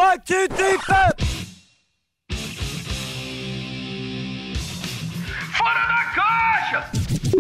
Acredita! Fora da caixa!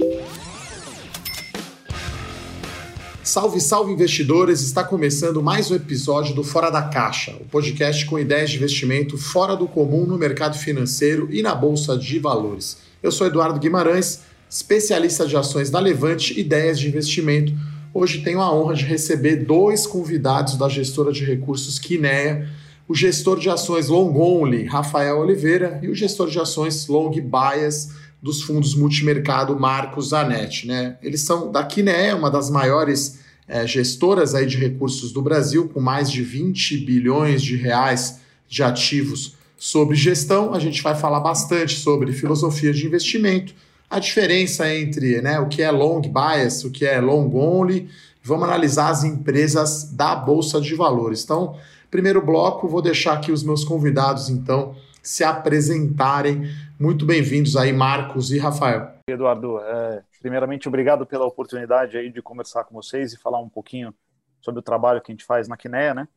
Salve, salve investidores! Está começando mais um episódio do Fora da Caixa, o podcast com ideias de investimento fora do comum no mercado financeiro e na Bolsa de Valores. Eu sou Eduardo Guimarães, especialista de ações da Levante Ideias de Investimento. Hoje tenho a honra de receber dois convidados da gestora de recursos Kinea, o gestor de ações Long Only, Rafael Oliveira, e o gestor de ações Long Bias dos fundos multimercado, Marcos Zanetti, né? Eles são da Kinea, uma das maiores gestoras aí de recursos do Brasil, com mais de 20 bilhões de reais de ativos sob gestão. A gente vai falar bastante sobre filosofia de investimento, a diferença entre o que é long bias, o que é long only. Vamos analisar as empresas da Bolsa de Valores. Então, primeiro bloco, vou deixar aqui os meus convidados, então, se apresentarem. Muito bem-vindos aí, Marcos e Rafael. Eduardo, primeiramente, obrigado pela oportunidade aí de conversar com vocês e falar um pouquinho sobre o trabalho que a gente faz na Kinea, né?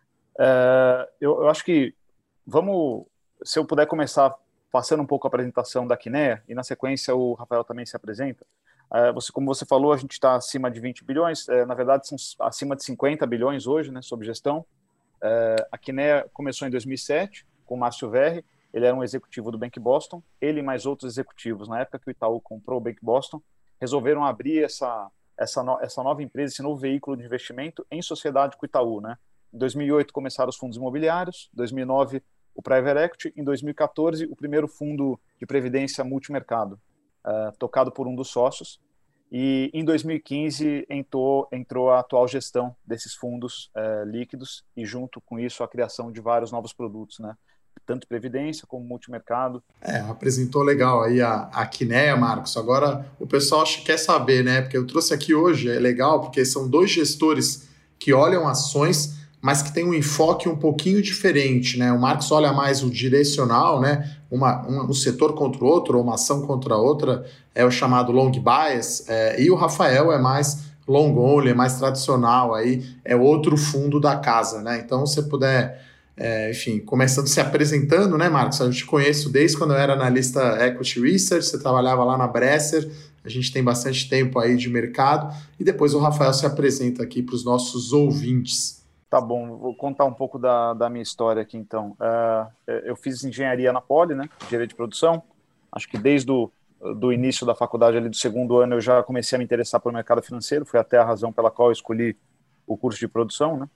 Eu acho que se eu puder começar passando um pouco a apresentação da Kinea, e na sequência o Rafael também se apresenta. Como você falou, a gente está acima de 20 bilhões, na verdade são acima de 50 bilhões hoje, né, sob gestão. A Kinea começou em 2007 com o Márcio Verri. Ele era um executivo do Bank Boston. Ele e mais outros executivos, na época que o Itaú comprou o Bank Boston, resolveram abrir essa nova empresa, esse novo veículo de investimento em sociedade com o Itaú, né? Em 2008 começaram os fundos imobiliários, em 2009 o Private Equity, em 2014 o primeiro fundo de previdência multimercado, tocado por um dos sócios, e em 2015 entrou a atual gestão desses fundos líquidos, e junto com isso a criação de vários novos produtos, né? Tanto previdência como multimercado. Apresentou legal aí a Kinea, Marcos. Agora o pessoal quer saber, né? Porque eu trouxe aqui hoje, é legal, porque são dois gestores que olham ações, mas que tem um enfoque um pouquinho diferente, né? O Marcos olha mais o direcional, né? Um setor contra o outro, ou uma ação contra a outra, é o chamado long bias, e o Rafael é mais long only, é mais tradicional, aí é outro fundo da casa, né? Então, se você puder, enfim, começando se apresentando, né, Marcos? Eu te conheço desde quando eu era analista Equity Research, você trabalhava lá na Bresser, a gente tem bastante tempo aí de mercado, e depois o Rafael se apresenta aqui para os nossos ouvintes. Tá bom, vou contar um pouco da minha história aqui, então. Eu fiz engenharia na Poli, né, engenharia de produção. Acho que desde do início da faculdade, ali do segundo ano, eu já comecei a me interessar pelo mercado financeiro. Foi até a razão pela qual eu escolhi o curso de produção, né.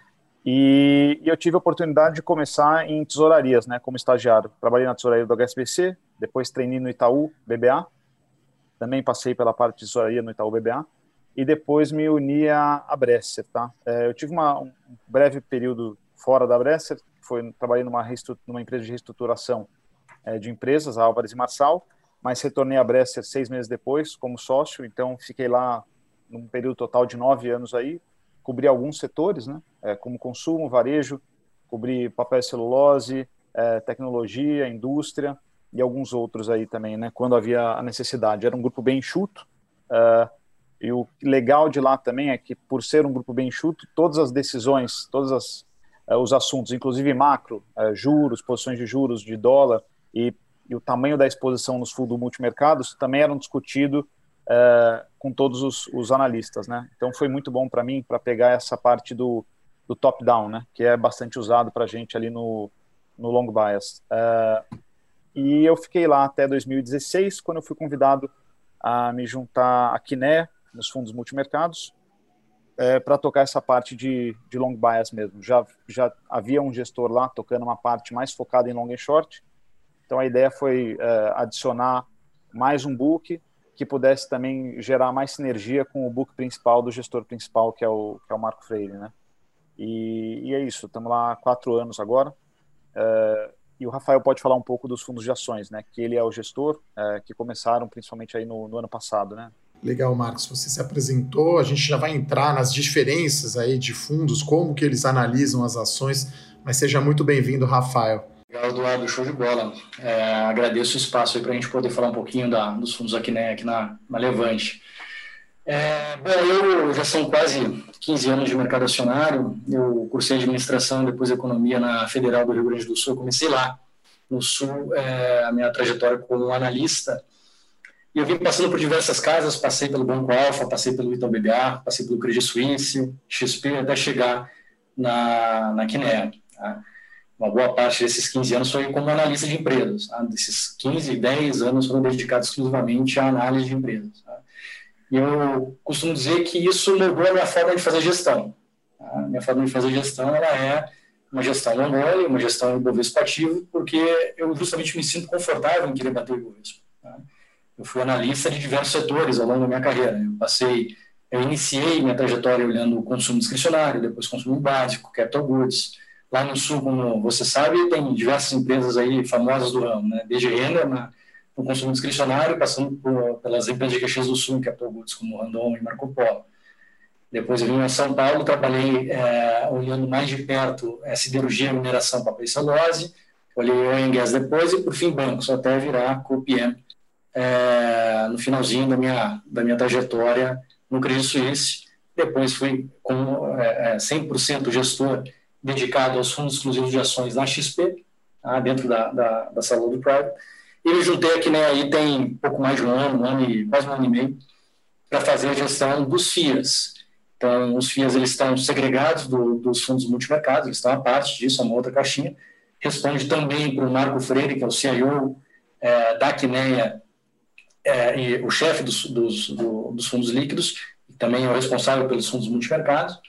E eu tive a oportunidade de começar em tesourarias, né, como estagiário. Trabalhei na tesouraria do HSBC, depois treinei no Itaú BBA. Também passei pela parte de tesouraria no Itaú BBA. E depois me uni à Bresser, tá? Eu tive um breve período fora da Bresser, trabalhei numa empresa de reestruturação de empresas, a Álvares e Marçal, mas retornei à Bresser 6 meses depois como sócio, então fiquei lá num período total de 9 anos aí, cobri alguns setores, né? Como consumo, varejo, cobri papel e celulose, tecnologia, indústria e alguns outros aí também, né? Quando havia a necessidade. Era um grupo bem enxuto, e o legal de lá também é que, por ser um grupo bem enxuto, todas as decisões, os assuntos, inclusive macro, juros, posições de juros, de dólar e o tamanho da exposição nos fundos multimercados também eram discutidos com todos os analistas, né? Então foi muito bom para mim, para pegar essa parte do top-down, né? Que é bastante usado para a gente ali no long bias. E eu fiquei lá até 2016, quando eu fui convidado a me juntar à Kinea, nos fundos multimercados, para tocar essa parte de long bias mesmo. Já havia um gestor lá tocando uma parte mais focada em long and short, então a ideia foi adicionar mais um book que pudesse também gerar mais sinergia com o book principal do gestor principal, que é o Marco Freire, né? E é isso, estamos lá há 4 anos agora, e o Rafael pode falar um pouco dos fundos de ações, né? Que ele é o gestor, que começaram principalmente aí no ano passado, né? Legal, Marcos, você se apresentou, a gente já vai entrar nas diferenças aí de fundos, como que eles analisam as ações, mas seja muito bem-vindo, Rafael. Legal, Eduardo, show de bola. Agradeço o espaço aí para a gente poder falar um pouquinho dos fundos aqui, né, aqui na Levante. Bom, eu já são quase 15 anos de mercado acionário. Eu cursei administração, depois economia na Federal do Rio Grande do Sul. Eu comecei lá, no Sul, a minha trajetória como analista. E eu vim passando por diversas casas, passei pelo Banco Alfa, passei pelo Itaú BBA, passei pelo Credit Suisse, XP, até chegar na Kinea. Tá? Uma boa parte desses 15 anos foi como analista de empresas. Tá? Desses 15, 10 anos foram dedicados exclusivamente à análise de empresas. Tá? E eu costumo dizer que isso mudou a minha forma de fazer gestão. A minha forma de fazer gestão ela é uma gestão long-only, uma gestão Ibovespa ativo, porque eu justamente me sinto confortável em querer bater o Ibovespa. Tá? Eu fui analista de diversos setores ao longo da minha carreira. Eu iniciei minha trajetória olhando o consumo discricionário, depois consumo básico, capital goods. Lá no Sul, como você sabe, tem diversas empresas aí famosas do ramo, né? Desde Renner, no consumo discricionário, passando pelas empresas de Caxias do Sul, em capital goods, como Randon e Marco Polo. Depois eu vim a São Paulo, trabalhei olhando mais de perto siderurgia, mineração, papel e celulose, olhei oil and gas depois e, por fim, bancos, até virar co-PM no finalzinho da minha trajetória no Credit Suisse. Depois fui como 100% gestor dedicado aos fundos exclusivos de ações na XP, dentro da Saúde Private. E me juntei aqui, né, aí tem pouco mais de quase um ano e meio, para fazer a gestão dos FIAs. Então, os FIAs eles estão segregados dos fundos multimercados, eles estão à parte disso, é uma outra caixinha. Responde também para o Marco Freire, que é o CIO da Kinea, e o chefe dos fundos líquidos, e também é o responsável pelos fundos multimercados.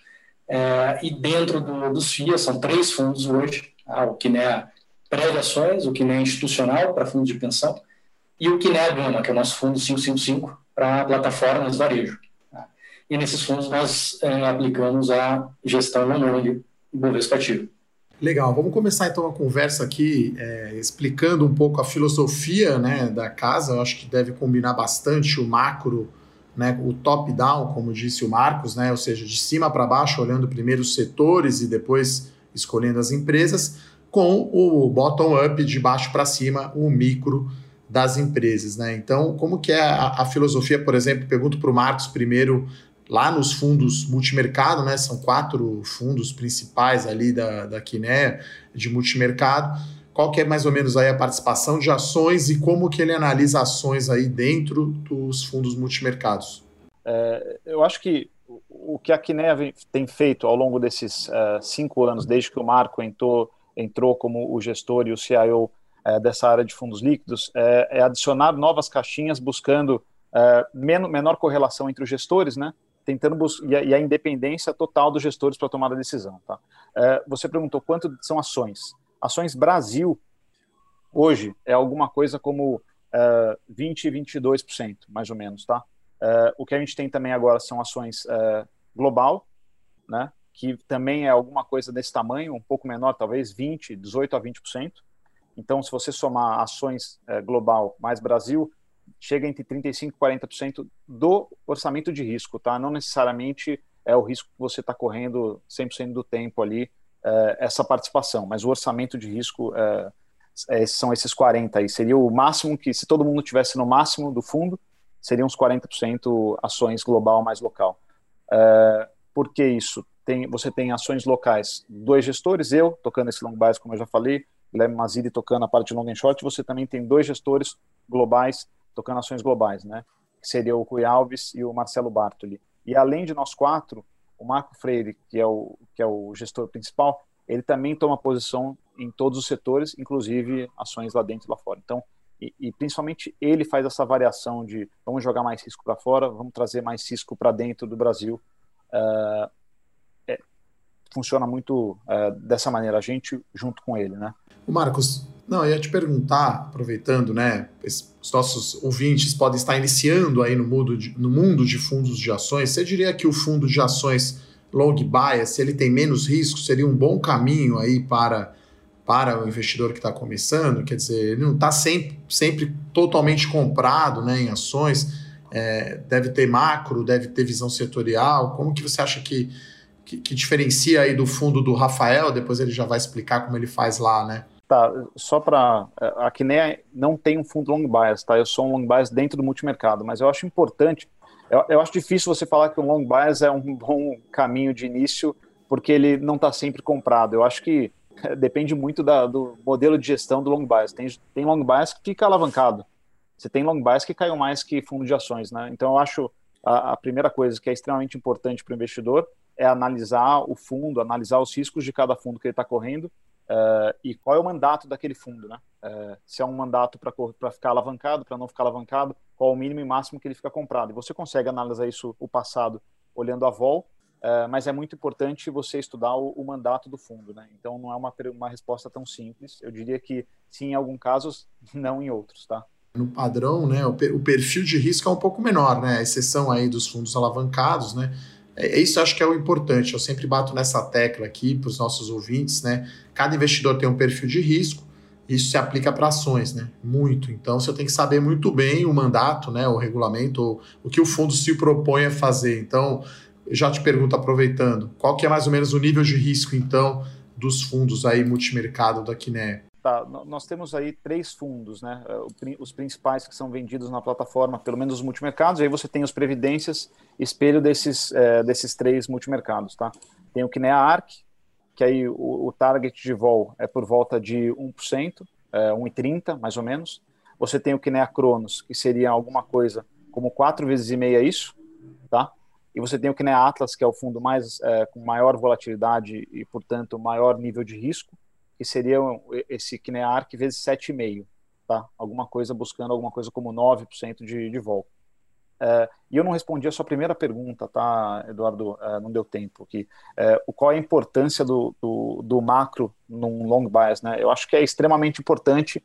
E dentro dos FIAs, são 3 fundos hoje, o Kinea Pré-ações, o Kinea Institucional, para fundos de pensão, e o Kinea Gama, que é o nosso fundo 555, para plataformas de varejo. E nesses fundos nós aplicamos a gestão long-only Ibovespa ativo. Legal, vamos começar então a conversa aqui explicando um pouco a filosofia, né, da casa. Eu acho que deve combinar bastante o macro, né, o top-down, como disse o Marcos, né, ou seja, de cima para baixo, olhando primeiro os setores e depois escolhendo as empresas, com o bottom-up, de baixo para cima, o micro das empresas. Né? Então, como que é a filosofia, por exemplo, pergunto para o Marcos primeiro, lá nos fundos multimercado, né, são 4 fundos principais ali da Kinea, de multimercado, qual que é mais ou menos aí a participação de ações e como que ele analisa ações aí dentro dos fundos multimercados? Eu acho que o que a Kinea tem feito ao longo desses 5 anos, desde que o Marco entrou como o gestor e o CIO dessa área de fundos líquidos, é adicionar novas caixinhas buscando menor correlação entre os gestores, né? Tentando e a independência total dos gestores para tomar a decisão. Tá? Você perguntou quanto são ações. Ações Brasil, hoje, é alguma coisa como 20%, 22%, mais ou menos. Tá? O que a gente tem também agora são ações global, né? Que também é alguma coisa desse tamanho, um pouco menor, talvez 18% a 20%. Então, se você somar ações global mais Brasil, chega entre 35% e 40% do orçamento de risco, tá? Não necessariamente é o risco que você está correndo 100% do tempo ali, essa participação, mas o orçamento de risco são esses 40% aí. Seria o máximo que, se todo mundo tivesse no máximo do fundo, seriam uns 40% ações global mais local. Por que isso? Você tem ações locais, 2 gestores, eu tocando esse long bias, como eu já falei, Guilherme Mazili tocando a parte de long and short, você também tem 2 gestores globais tocando ações globais, né? Que seria o Rui Alves e o Marcelo Bartoli. E além de nós 4, o Marco Freire, que é o gestor principal, ele também toma posição em todos os setores, inclusive ações lá dentro e lá fora. Então, e principalmente ele faz essa variação de vamos jogar mais risco para fora, vamos trazer mais risco para dentro do Brasil. Funciona muito dessa maneira, a gente junto com ele, né? O Marcos, eu ia te perguntar, aproveitando, né, os nossos ouvintes podem estar iniciando aí no mundo de fundos de ações, você diria que o fundo de ações long bias, se ele tem menos risco, seria um bom caminho aí para o investidor que está começando? Quer dizer, ele não está sempre totalmente comprado, né, em ações, deve ter macro, deve ter visão setorial. Como que você acha que diferencia aí do fundo do Rafael? Depois ele já vai explicar como ele faz lá, né? Tá, só para... A Kinea não tem um fundo long bias, tá? Eu sou um long bias dentro do multimercado, mas eu acho importante Eu acho difícil você falar que o long bias é um bom caminho de início, porque ele não está sempre comprado. Eu acho que depende muito do modelo de gestão do long bias. Tem long bias que fica alavancado. Você tem long bias que caiu mais que fundo de ações, né? Então, eu acho a primeira coisa que é extremamente importante para o investidor é analisar o fundo, analisar os riscos de cada fundo que ele está correndo e qual é o mandato daquele fundo, né? Se é um mandato para ficar alavancado, para não ficar alavancado, qual é o mínimo e máximo que ele fica comprado. E você consegue analisar isso, o passado, olhando a vol, mas é muito importante você estudar o mandato do fundo, né? Então, não é uma resposta tão simples. Eu diria que sim em alguns casos, não em outros, tá? No padrão, né, o perfil de risco é um pouco menor, né? A exceção aí dos fundos alavancados, né? Isso eu acho que é o importante. Eu sempre bato nessa tecla aqui para os nossos ouvintes, né? Cada investidor tem um perfil de risco. Isso se aplica para ações, né? Muito. Então, você tem que saber muito bem o mandato, né? O regulamento, o que o fundo se propõe a fazer. Então, eu já te pergunto, aproveitando, qual que é mais ou menos o nível de risco, então, dos fundos aí multimercado da Kinea? Tá, nós temos aí 3 fundos, né? Os principais que são vendidos na plataforma, pelo menos os multimercados, e aí você tem os previdências, espelho desses 3 multimercados, tá? Tem o Kinea Arc, que aí o target de vol é por volta de 1%, 1,30 mais ou menos. Você tem o Kinea Cronos, que seria alguma coisa como 4 vezes e meia isso, tá? E você tem o Kinea Atlas, que é o fundo com maior volatilidade e, portanto, maior nível de risco, que seria esse Kinea Arc vezes 7,5, tá? Buscando alguma coisa como 9% de vol. E eu não respondi a sua primeira pergunta, tá, Eduardo? Não deu tempo aqui. Qual é a importância do macro num long bias, né? Eu acho que é extremamente importante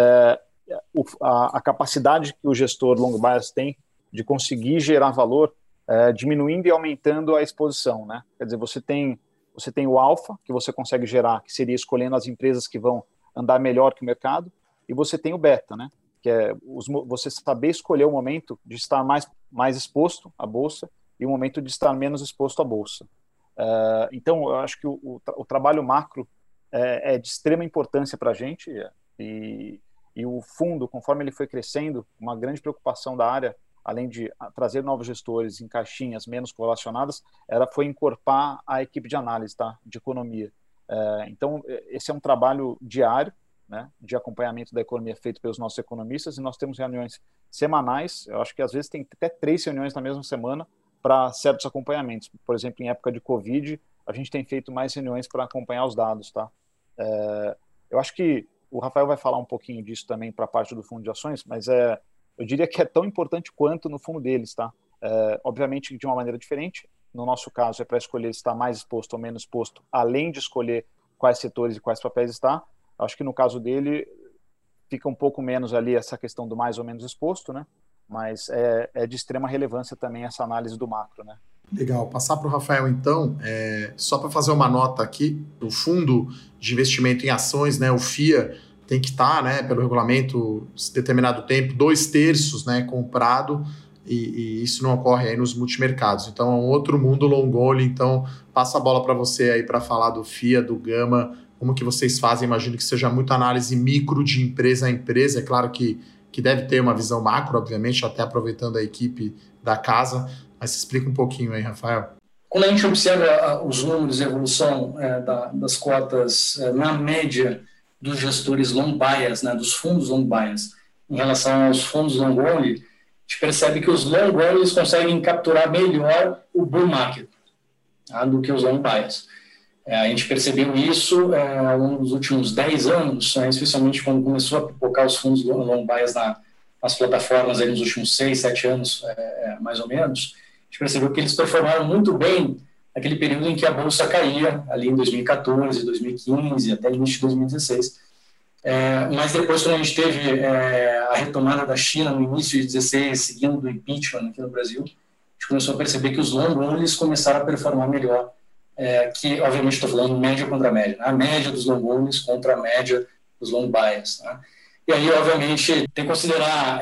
a capacidade que o gestor long bias tem de conseguir gerar valor, diminuindo e aumentando a exposição, né? Quer dizer, você tem o alfa, que você consegue gerar, que seria escolhendo as empresas que vão andar melhor que o mercado, e você tem o beta, né? Que é você saber escolher o momento de estar mais exposto à bolsa e o momento de estar menos exposto à bolsa. Então, eu acho que o trabalho macro é de extrema importância para a gente, e o fundo, conforme ele foi crescendo, uma grande preocupação da área, além de trazer novos gestores em caixinhas menos correlacionadas, foi encorpar a equipe de análise, tá? De economia. Então, esse é um trabalho diário, né, de acompanhamento da economia feito pelos nossos economistas, e nós temos reuniões semanais. Eu acho que às vezes tem até 3 reuniões na mesma semana para certos acompanhamentos. Por exemplo, em época de Covid, a gente tem feito mais reuniões para acompanhar os dados, tá? Eu acho que o Rafael vai falar um pouquinho disso também para a parte do fundo de ações, mas eu diria que é tão importante quanto no fundo deles, tá? Obviamente de uma maneira diferente. No nosso caso, é para escolher se está mais exposto ou menos exposto, além de escolher quais setores e quais papéis está. Acho que no caso dele fica um pouco menos ali essa questão do mais ou menos exposto, né? Mas é de extrema relevância também essa análise do macro, né? Legal. Passar para o Rafael, então, só para fazer uma nota aqui, o fundo de investimento em ações, né, o FIA, tem que estar, né, pelo regulamento, determinado tempo, 2/3, né, comprado, e isso não ocorre aí nos multimercados. Então, é um outro mundo long only. Então, passa a bola para você aí para falar do FIA, do Gama, como que vocês fazem. Imagino que seja muita análise micro de empresa a empresa. É claro que deve ter uma visão macro, obviamente, até aproveitando a equipe da casa. Mas se explica um pouquinho aí, Rafael. Quando a gente observa os números e a evolução das cotas na média dos gestores long bias, né, dos fundos long bias, em relação aos fundos long only, a gente percebe que os long only conseguem capturar melhor o bull market, tá, do que os long bias. A gente percebeu isso ao longo dos últimos 10 anos, especialmente quando começou a pipocar os fundos long bias nas plataformas aí nos últimos 6, 7 anos, mais ou menos. A gente percebeu que eles performaram muito bem naquele período em que a bolsa caía, ali em 2014, 2015, até início de 2016. Mas depois, quando a gente teve a retomada da China no início de 2016, seguindo do impeachment aqui no Brasil, a gente começou a perceber que os long onlys começaram a performar melhor, que, obviamente, estou falando média contra média, né? A média dos long onlys contra a média dos long bias, né? E aí, obviamente, tem que considerar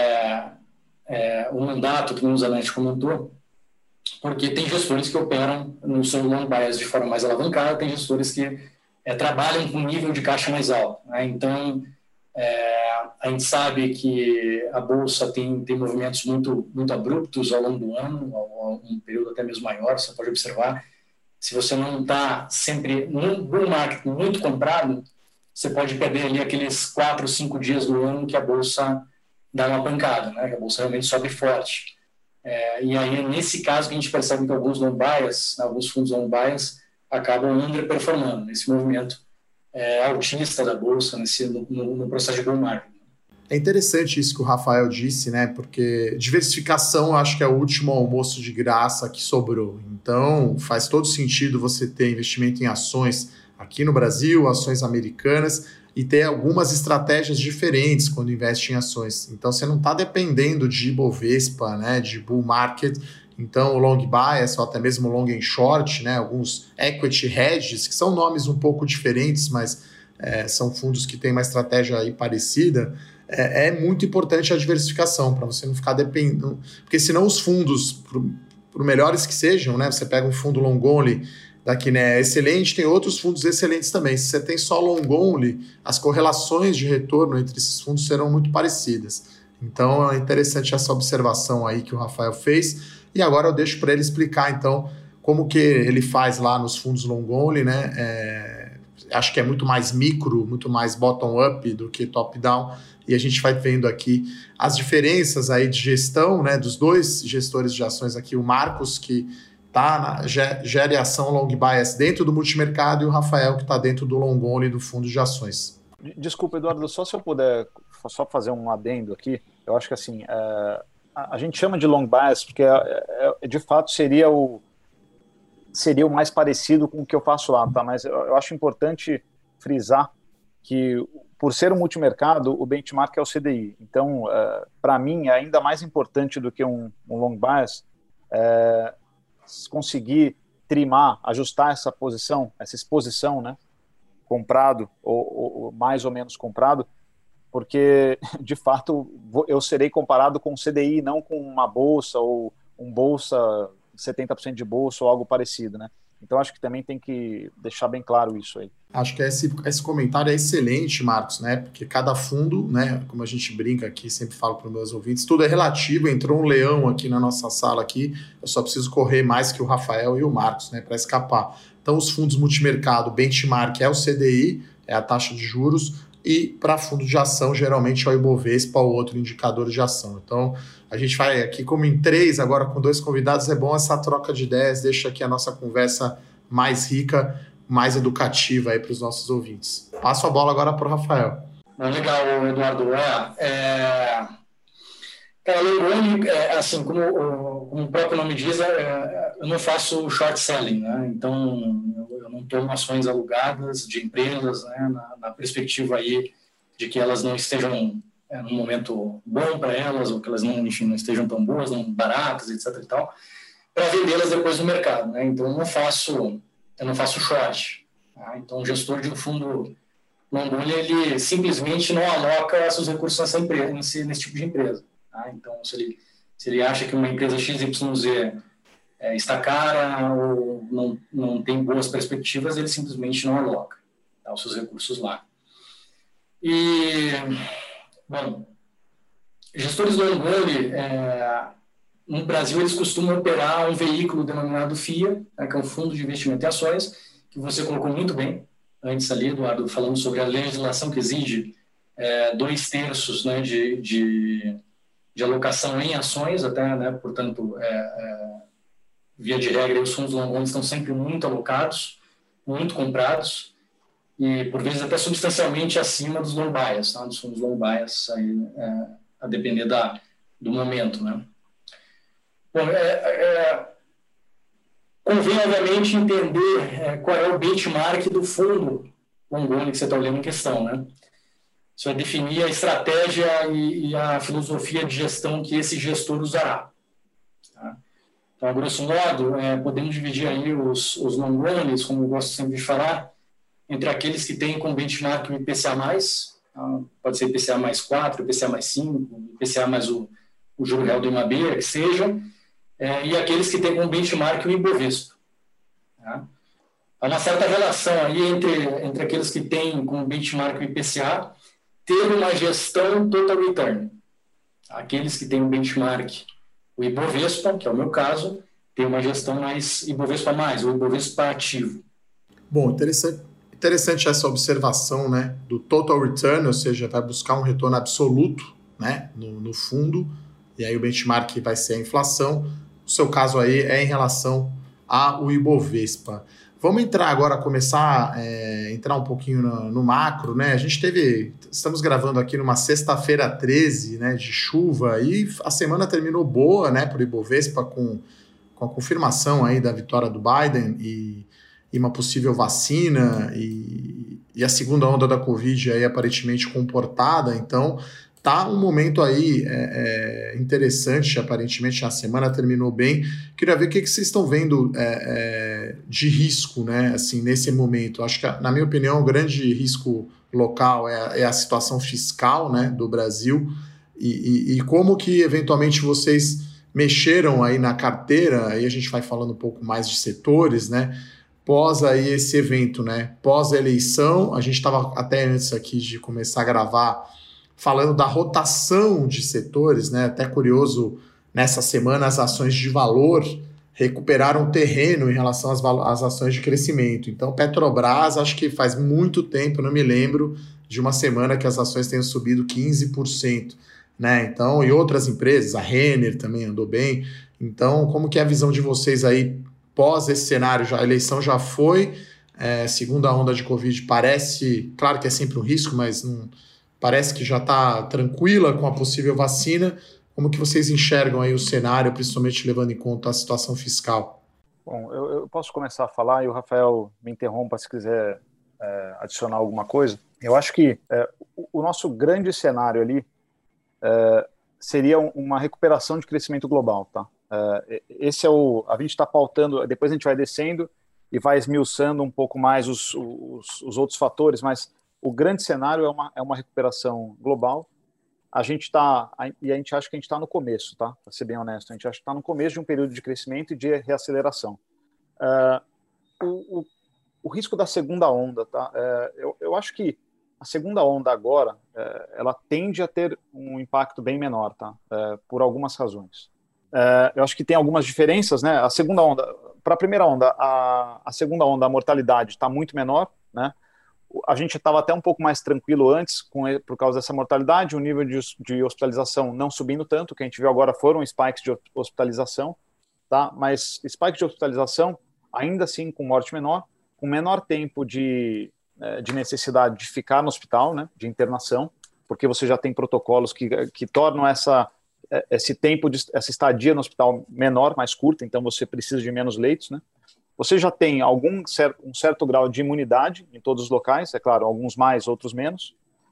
o mandato que o Zanetti comentou, porque tem gestores que operam no seu long bias de forma mais alavancada, tem gestores que trabalham com nível de caixa mais alto, né? Então, A gente sabe que a Bolsa tem movimentos muito, muito abruptos ao longo do ano, um período até mesmo maior, você pode observar. Se você não está sempre num bull market muito comprado, você pode perder ali aqueles 4, 5 dias do ano que a Bolsa dá uma pancada, né? Que a Bolsa realmente sobe forte. E aí, nesse caso, que a gente percebe que alguns long bias, alguns fundos long bias, acabam underperformando nesse movimento altista da Bolsa, no processo de bull market. É interessante isso que o Rafael disse, né? Porque diversificação eu acho que é o último almoço de graça que sobrou. Então, faz todo sentido você ter investimento em ações aqui no Brasil, ações americanas, e ter algumas estratégias diferentes quando investe em ações. Então, você não está dependendo de Ibovespa, né? De bull market. Então, o long bias, ou até mesmo long and short, né? Alguns equity hedges, que são nomes um pouco diferentes, mas são fundos que têm uma estratégia aí parecida. É muito importante a diversificação, para você não ficar dependendo. Porque senão os fundos, por melhores que sejam, né? Você pega um fundo long only daqui, né? É excelente, tem outros fundos excelentes também. Se você tem só long only, as correlações de retorno entre esses fundos serão muito parecidas. Então é interessante essa observação aí que o Rafael fez. E agora eu deixo para ele explicar, então, como que ele faz lá nos fundos long only, né? Acho que é muito mais micro, muito mais bottom-up do que top-down. E a gente vai vendo aqui as diferenças aí de gestão, né, dos dois gestores de ações aqui, o Marcos, que gera ação long bias dentro do multimercado, e o Rafael, que está dentro do long only do fundo de ações. Desculpa, Eduardo, só se eu puder só fazer um adendo aqui. Eu acho que assim, a gente chama de long bias porque de fato seria o mais parecido com o que eu faço lá, tá? Mas eu acho importante frisar que, por ser um multimercado, o benchmark é o CDI. Então, para mim, é ainda mais importante do que um long bias conseguir trimar, ajustar essa exposição, né, comprado ou mais ou menos comprado, porque, de fato, eu serei comparado com o CDI, não com uma bolsa ou um bolsa, 70% de bolsa ou algo parecido, né? Então, acho que também tem que deixar bem claro isso aí. Acho que esse comentário é excelente, Marcos, né? Porque cada fundo, né? Como a gente brinca aqui, sempre falo para os meus ouvintes, tudo é relativo. Entrou um leão aqui na nossa sala aqui, eu só preciso correr mais que o Rafael e o Marcos, né? Para escapar. Então, os fundos multimercado, benchmark é o CDI, é a taxa de juros, e para fundo de ação, geralmente é o Ibovespa ou outro indicador de ação. Então, a gente vai aqui como em 3, agora com 2 convidados, é bom essa troca de ideias, deixa aqui a nossa conversa mais rica, mais educativa aí para os nossos ouvintes. Passo a bola agora para o Rafael. Legal, Eduardo. Cara, long-only, assim, como o próprio nome diz, eu não faço short selling, né? Então, eu não tomo ações alugadas de empresas, né? Na perspectiva aí de que elas não estejam num momento bom para elas, ou que elas não estejam tão boas, não baratas, etc. e tal, para vendê-las depois no mercado, né? Então, eu não faço short. Tá? Então, o gestor de um fundo long-only, ele simplesmente não aloca seus recursos nessa empresa, nesse tipo de empresa. Tá? Então, se ele acha que uma empresa XYZ está cara ou não tem boas perspectivas, ele simplesmente não aloca, tá, os seus recursos lá. E, bom, gestores long only, no Brasil, eles costumam operar um veículo denominado FIA, né, que é um Fundo de Investimento em Ações, que você colocou muito bem antes ali, Eduardo, falando sobre a legislação que exige 2/3, né, de alocação em ações, até, né, portanto, via de regra, os fundos long only estão sempre muito alocados, muito comprados, e por vezes até substancialmente acima dos long bias, tá? Dos fundos long bias, aí, a depender do momento, né? Bom, convém, obviamente, entender qual é o benchmark do fundo long only que você está olhando em questão, né? Isso vai definir a estratégia e a filosofia de gestão que esse gestor usará. Tá? Então, a grosso modo, podemos dividir aí os long onlys, como eu gosto sempre de falar, entre aqueles que têm como benchmark o IPCA+, tá? Pode ser IPCA mais 4, IPCA mais 5, IPCA mais o juro real do IMAB, que seja, e aqueles que têm como benchmark o Ibovespa. Tá? Há uma certa relação aí entre aqueles que têm como benchmark o IPCA ter uma gestão total return. Aqueles que têm um benchmark, o Ibovespa, que é o meu caso, tem uma gestão mais Ibovespa mais, ou Ibovespa ativo. Bom, interessante essa observação, né, do total return, ou seja, vai buscar um retorno absoluto, né, no fundo, e aí o benchmark vai ser a inflação. O seu caso aí é em relação ao Ibovespa. Vamos entrar agora, começar a entrar um pouquinho no macro, né? A gente estamos gravando aqui numa sexta-feira 13, né, de chuva, e a semana terminou boa, né, para o Ibovespa, com a confirmação aí da vitória do Biden e uma possível vacina e a segunda onda da Covid aí aparentemente comportada. Então tá um momento aí interessante, aparentemente a semana terminou bem. Queria ver o que vocês estão vendo de risco, né, assim, nesse momento. Acho que, na minha opinião, o grande risco local é a situação fiscal, né, do Brasil e como que eventualmente vocês mexeram aí na carteira. Aí a gente vai falando um pouco mais de setores, né, pós aí esse evento, né, pós a eleição. A gente estava até antes aqui de começar a gravar falando da rotação de setores, né? Até curioso, nessa semana as ações de valor recuperaram terreno em relação às ações de crescimento. Então, Petrobras, acho que faz muito tempo, não me lembro de uma semana que as ações tenham subido 15%, né? Então, e outras empresas, a Renner também andou bem. Então, como que é a visão de vocês aí pós esse cenário? A eleição já foi, segunda onda de Covid parece, claro que é sempre um risco, mas não parece que já está tranquila com a possível vacina. Como que vocês enxergam aí o cenário, principalmente levando em conta a situação fiscal? Bom, eu posso começar a falar e o Rafael me interrompa se quiser adicionar alguma coisa. Eu acho que o nosso grande cenário ali seria uma recuperação de crescimento global, tá? Esse a gente está pautando, depois a gente vai descendo e vai esmiuçando um pouco mais os outros fatores, mas o grande cenário é uma recuperação global. A gente acha que a gente está no começo, tá? Para ser bem honesto, a gente acha que está no começo de um período de crescimento e de reaceleração. O risco da segunda onda, tá? Eu acho que a segunda onda agora, ela tende a ter um impacto bem menor, tá? Por algumas razões. Eu acho que tem algumas diferenças, né? A segunda onda, para a primeira onda, a segunda onda, a mortalidade está muito menor, né? A gente estava até um pouco mais tranquilo antes por causa dessa mortalidade, o nível de hospitalização não subindo tanto. O que a gente viu agora foram spikes de hospitalização, tá? Mas spikes de hospitalização, ainda assim com morte menor, com menor tempo de necessidade de ficar no hospital, né, de internação, porque você já tem protocolos que tornam esse tempo, essa estadia no hospital menor, mais curta, então você precisa de menos leitos, né? Você já tem um certo grau de imunidade em todos os locais, é claro, alguns mais, outros menos.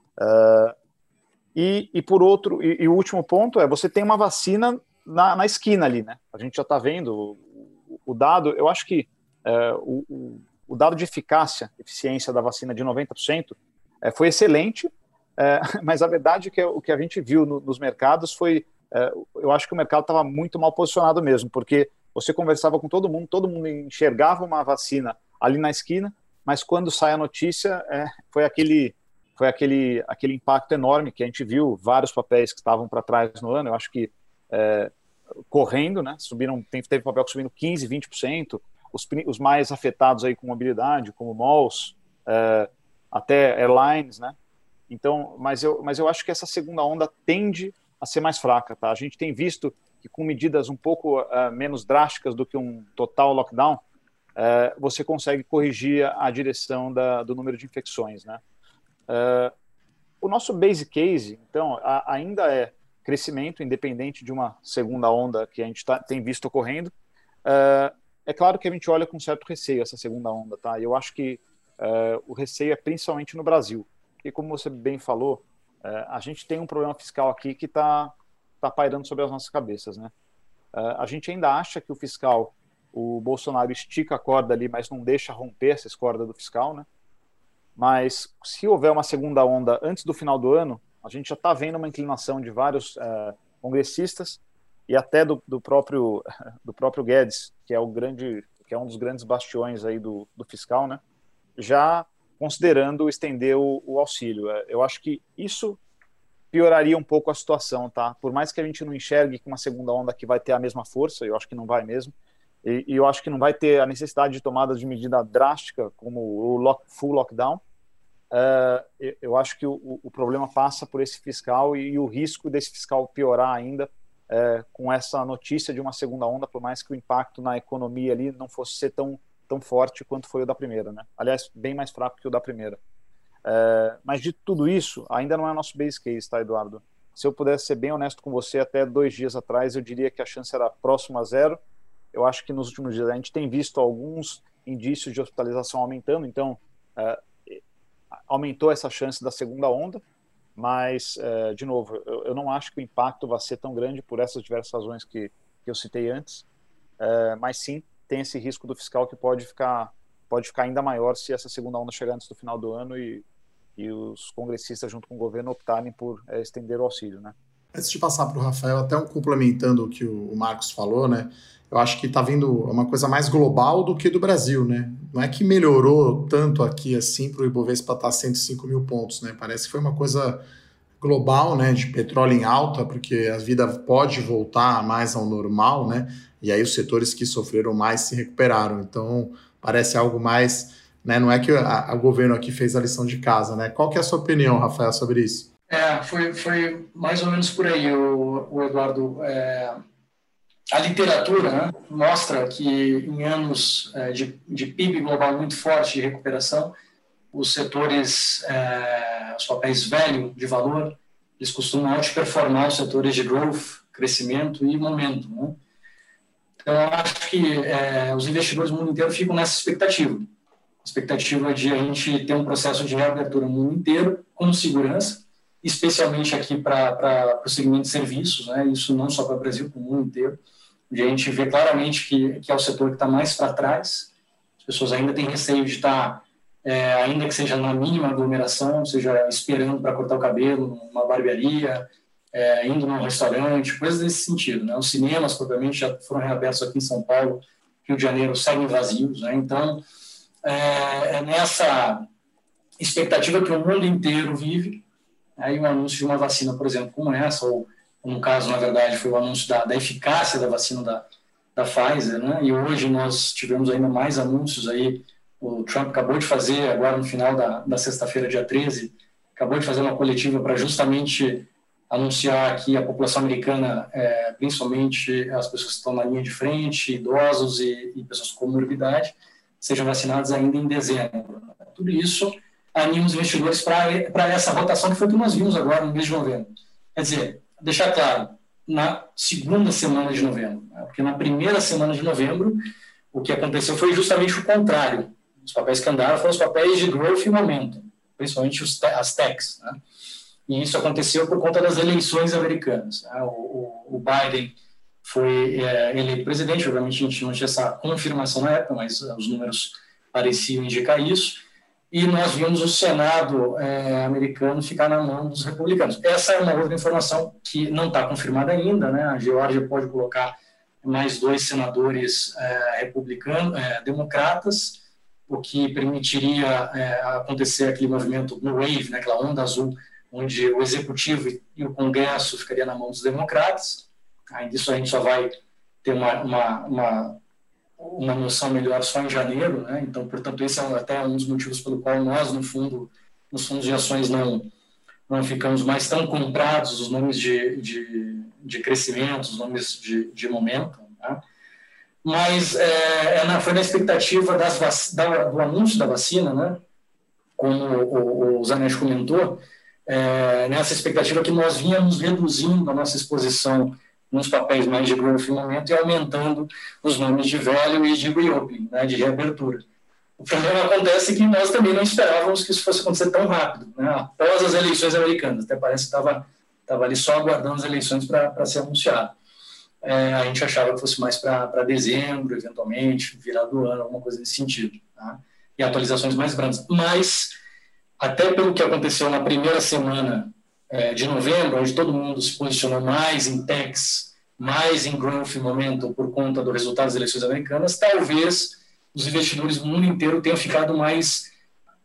O último ponto você tem uma vacina na esquina ali, né? A gente já está vendo o dado. Eu acho que o dado de eficiência da vacina de 90% foi excelente, mas a verdade é que o que a gente viu nos mercados foi, eu acho que o mercado estava muito mal posicionado mesmo, porque você conversava com todo mundo enxergava uma vacina ali na esquina, mas quando sai a notícia, foi aquele impacto enorme que a gente viu, vários papéis que estavam para trás no ano, eu acho que correndo, né, teve papel que subindo 15%, 20%, os mais afetados aí com mobilidade, como malls, até airlines, né? Então, mas eu acho que essa segunda onda tende a ser mais fraca, tá? A gente tem visto que com medidas um pouco menos drásticas do que um total lockdown, você consegue corrigir a direção do número de infecções, né? O nosso base case, então, ainda é crescimento, independente de uma segunda onda que a gente tem visto ocorrendo. É claro que a gente olha com certo receio essa segunda onda, tá? E eu acho que o receio é principalmente no Brasil, porque, como você bem falou, a gente tem um problema fiscal aqui que está pairando sobre as nossas cabeças, né? A gente ainda acha que o Bolsonaro estica a corda ali, mas não deixa romper essa corda do fiscal, né? Mas se houver uma segunda onda antes do final do ano, a gente já está vendo uma inclinação de vários congressistas e até do próprio Guedes, que é um dos grandes bastiões aí do fiscal, né? Já considerando estender o auxílio. Eu acho que isso pioraria um pouco a situação, tá? Por mais que a gente não enxergue que uma segunda onda que vai ter a mesma força, eu acho que não vai mesmo, e eu acho que não vai ter a necessidade de tomada de medida drástica, como o full lockdown. Eu acho que o problema passa por esse fiscal e o risco desse fiscal piorar ainda com essa notícia de uma segunda onda, por mais que o impacto na economia ali não fosse ser tão forte quanto foi o da primeira, né? Aliás, bem mais fraco que o da primeira. Mas de tudo isso, ainda não é nosso base case, tá, Eduardo? Se eu pudesse ser bem honesto com você, até 2 dias atrás eu diria que a chance era próxima a 0. Eu acho que nos últimos dias a gente tem visto alguns indícios de hospitalização aumentando, então aumentou essa chance da segunda onda, mas, de novo, eu não acho que o impacto vai ser tão grande por essas diversas razões que eu citei antes, mas sim, tem esse risco do fiscal que pode ficar ainda maior se essa segunda onda chegar antes do final do ano e os congressistas, junto com o governo, optarem por estender o auxílio, né? Antes de passar para o Rafael, até complementando o que o Marcos falou, né? Eu acho que está vindo uma coisa mais global do que do Brasil, né? Não é que melhorou tanto aqui assim para o Ibovespa estar 105 mil pontos, né? Parece que foi uma coisa global, né? De petróleo em alta, porque a vida pode voltar mais ao normal, né? E aí os setores que sofreram mais se recuperaram. Então, parece algo mais, né? Não é que o governo aqui fez a lição de casa, né? Qual que é a sua opinião, Rafael, sobre isso? Foi mais ou menos por aí, o Eduardo. A literatura, né, mostra que em anos de PIB global muito forte de recuperação, os setores, os papéis velho de valor, eles costumam performar os setores de growth, crescimento e momento, né? Então, eu acho que os investidores do mundo inteiro ficam nessa expectativa. A expectativa de a gente ter um processo de reabertura no mundo inteiro, com segurança, especialmente aqui para o segmento de serviços, né? Isso não só para o Brasil, para o mundo inteiro. A gente vê claramente que é o setor que está mais para trás. As pessoas ainda têm receio de estar, ainda que seja na mínima aglomeração, seja esperando para cortar o cabelo numa barbearia, indo num restaurante, coisas desse sentido, né? Os cinemas, propriamente, já foram reabertos aqui em São Paulo, Rio de Janeiro, seguem vazios, né? Então, é nessa expectativa que o mundo inteiro vive. Aí o anúncio de uma vacina, por exemplo, como essa, ou no caso, na verdade, foi o anúncio da eficácia da vacina da Pfizer, né? E hoje nós tivemos ainda mais anúncios aí. O Trump acabou de fazer, agora no final da sexta-feira, dia 13, acabou de fazer uma coletiva para justamente anunciar que a população americana, principalmente as pessoas que estão na linha de frente, idosos e pessoas com comorbidade, sejam vacinadas ainda em dezembro. Tudo isso anima os investidores para essa rotação que foi o que nós vimos agora no mês de novembro. Quer dizer, deixar claro, na segunda semana de novembro, né? Porque na primeira semana de novembro, o que aconteceu foi justamente o contrário. Os papéis que andaram foram os papéis de growth e momento, principalmente as techs, né? E isso aconteceu por conta das eleições americanas, né? O Biden foi eleito presidente, obviamente a gente não tinha essa confirmação na época, mas os números pareciam indicar isso. E nós vimos o Senado americano ficar na mão dos republicanos. Essa é uma outra informação que não está confirmada ainda, né? A Geórgia pode colocar mais 2 senadores democratas, o que permitiria acontecer aquele movimento Blue Wave, né? Aquela onda azul, onde o executivo e o Congresso ficaria na mão dos democratas. Ainda isso a gente só vai ter uma noção melhor só em janeiro, né? Então, portanto, esse é até um dos motivos pelo qual nós, no fundo, nos fundos de ações não ficamos mais tão comprados os nomes de crescimento, os nomes de momento, né? Mas foi na expectativa do anúncio da vacina, né? Como o Zanetti comentou, nessa expectativa que nós vínhamos reduzindo a nossa exposição nos papéis mais de growth no momento e aumentando os nomes de value e de reopening, né, de reabertura. O problema acontece que nós também não esperávamos que isso fosse acontecer tão rápido, né, após as eleições americanas. Até parece que estava ali só aguardando as eleições para ser anunciado. A gente achava que fosse mais para dezembro, eventualmente, virar do ano, alguma coisa nesse sentido, tá? E atualizações mais brandas. Mas, até pelo que aconteceu na primeira semana de novembro, onde todo mundo se posicionou mais em techs, mais em growth momento por conta do resultado das eleições americanas, talvez os investidores do mundo inteiro tenham ficado mais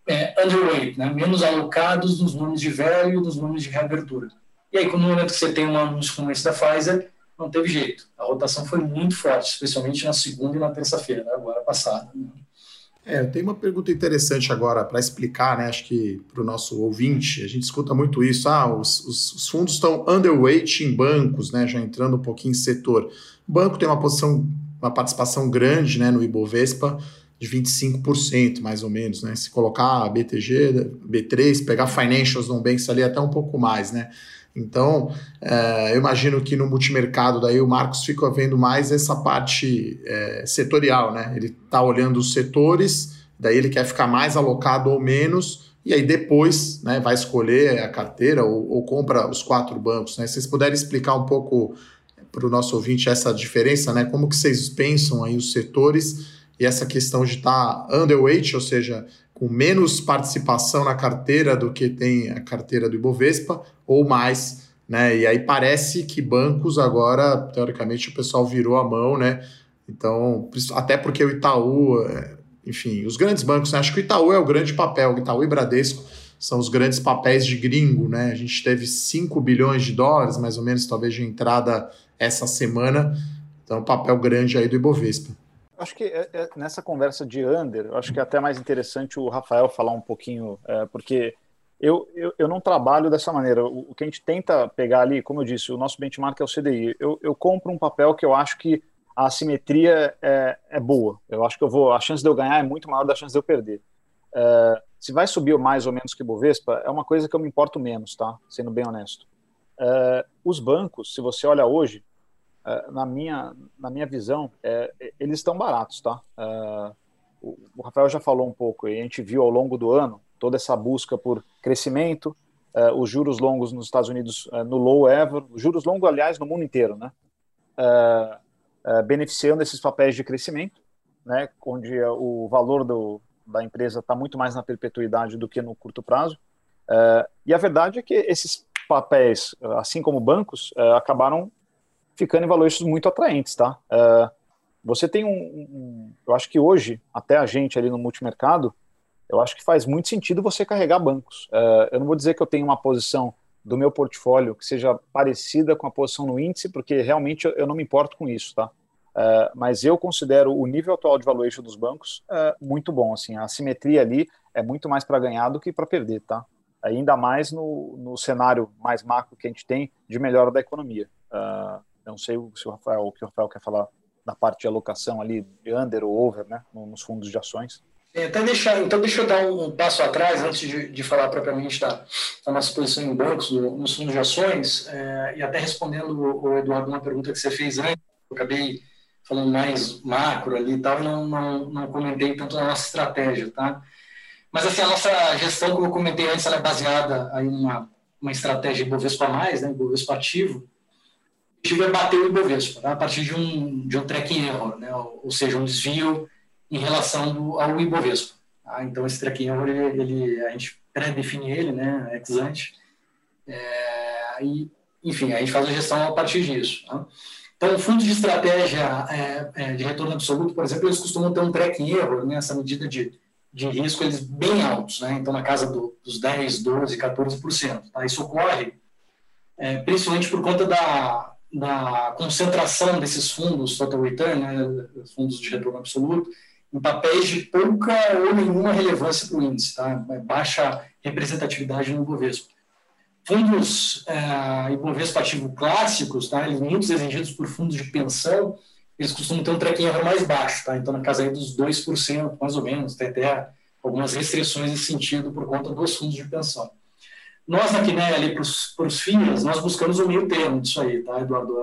underweight, né? Menos alocados nos nomes de velho e nos nomes de reabertura. E aí, no momento que você tem um anúncio como esse da Pfizer, não teve jeito. A rotação foi muito forte, especialmente na segunda e na terça-feira, né? Agora passada. Né? Eu tenho uma pergunta interessante agora para explicar, né? Acho que para o nosso ouvinte, a gente escuta muito isso. Os fundos estão underweight em bancos, né? Já entrando um pouquinho em setor. O banco tem uma participação grande, né, no Ibovespa, de 25%, mais ou menos, né? Se colocar a BTG, B3, pegar financials no Banks ali, até um pouco mais, né? Então, eu imagino que no multimercado daí o Marcos fica vendo mais essa parte setorial, né? Ele está olhando os setores, daí ele quer ficar mais alocado ou menos, e aí depois, né, vai escolher a carteira ou compra os 4 bancos, né? Se vocês puderem explicar um pouco para o nosso ouvinte essa diferença, né? Como que vocês pensam aí os setores e essa questão de estar underweight, ou seja, com menos participação na carteira do que tem a carteira do Ibovespa, ou mais, né? E aí parece que bancos agora, teoricamente, o pessoal virou a mão, né? Então, até porque o Itaú, enfim, os grandes bancos, né? Acho que o Itaú é o grande papel, o Itaú e Bradesco são os grandes papéis de gringo, né? A gente teve 5 bilhões de dólares, mais ou menos, talvez de entrada essa semana, então papel grande aí do Ibovespa. Acho que nessa conversa de under, acho que é até mais interessante o Rafael falar um pouquinho, porque eu não trabalho dessa maneira. O que a gente tenta pegar ali, como eu disse, o nosso benchmark é o CDI. Eu compro um papel que eu acho que a assimetria é boa. Eu acho que a chance de eu ganhar é muito maior da chance de eu perder. Se vai subir mais ou menos que o Ibovespa, é uma coisa que eu me importo menos, tá? Sendo bem honesto. Os bancos, se você olha hoje, na minha visão, eles estão baratos, tá? O Rafael já falou um pouco, e a gente viu ao longo do ano toda essa busca por crescimento, os juros longos nos Estados Unidos no low ever, os juros longos, aliás, no mundo inteiro, né? Beneficiando esses papéis de crescimento, né? Onde o valor da empresa está muito mais na perpetuidade do que no curto prazo. E a verdade é que esses papéis, assim como bancos, acabaram ficando em valores muito atraentes, tá? Você tem eu acho que hoje, até a gente ali no multimercado, eu acho que faz muito sentido você carregar bancos. Eu não vou dizer que eu tenho uma posição do meu portfólio que seja parecida com a posição no índice, porque realmente eu não me importo com isso, tá? Mas eu considero o nível atual de valuation dos bancos muito bom, assim, a assimetria ali é muito mais para ganhar do que para perder, tá? Ainda mais no cenário mais macro que a gente tem de melhora da economia. Não sei o que o Rafael quer falar da parte de alocação ali, de under ou over, né, nos fundos de ações. Então deixa eu dar um passo atrás, antes de falar propriamente da nossa posição em bancos, nos fundos de ações, e até respondendo, o Eduardo, uma pergunta que você fez antes, eu acabei falando mais macro ali e tal, não comentei tanto na nossa estratégia, tá? Mas assim, a nossa gestão, como eu comentei antes, ela é baseada em uma estratégia Ibovespa+, né, Ibovespa ativo. O objetivo é bater o Ibovespa, tá? A partir de um tracking error, né? Ou seja, um desvio em relação ao Ibovespa. Tá? Então, esse tracking error, a gente pré-define ele, né, ex ante, e, enfim, a gente faz a gestão a partir disso. Tá? Então, fundos de estratégia de retorno absoluto, por exemplo, eles costumam ter um tracking error, né, essa medida de risco, eles bem altos, né? Então, na casa dos 10%, 12%, 14%. Tá? Isso ocorre principalmente por conta da concentração desses fundos total return, né, fundos de retorno absoluto, em papéis de pouca ou nenhuma relevância para o índice, tá? Baixa representatividade no Ibovespa. Fundos Ibovespa ativo clássicos, tá? Muitos exigidos por fundos de pensão, eles costumam ter um tracking error mais baixo, tá? Então na casa aí dos 2%, mais ou menos, tem até algumas restrições nesse sentido por conta dos fundos de pensão. Nós aqui, né, ali para os FIAs, nós buscamos o meio termo disso aí, tá, Eduardo?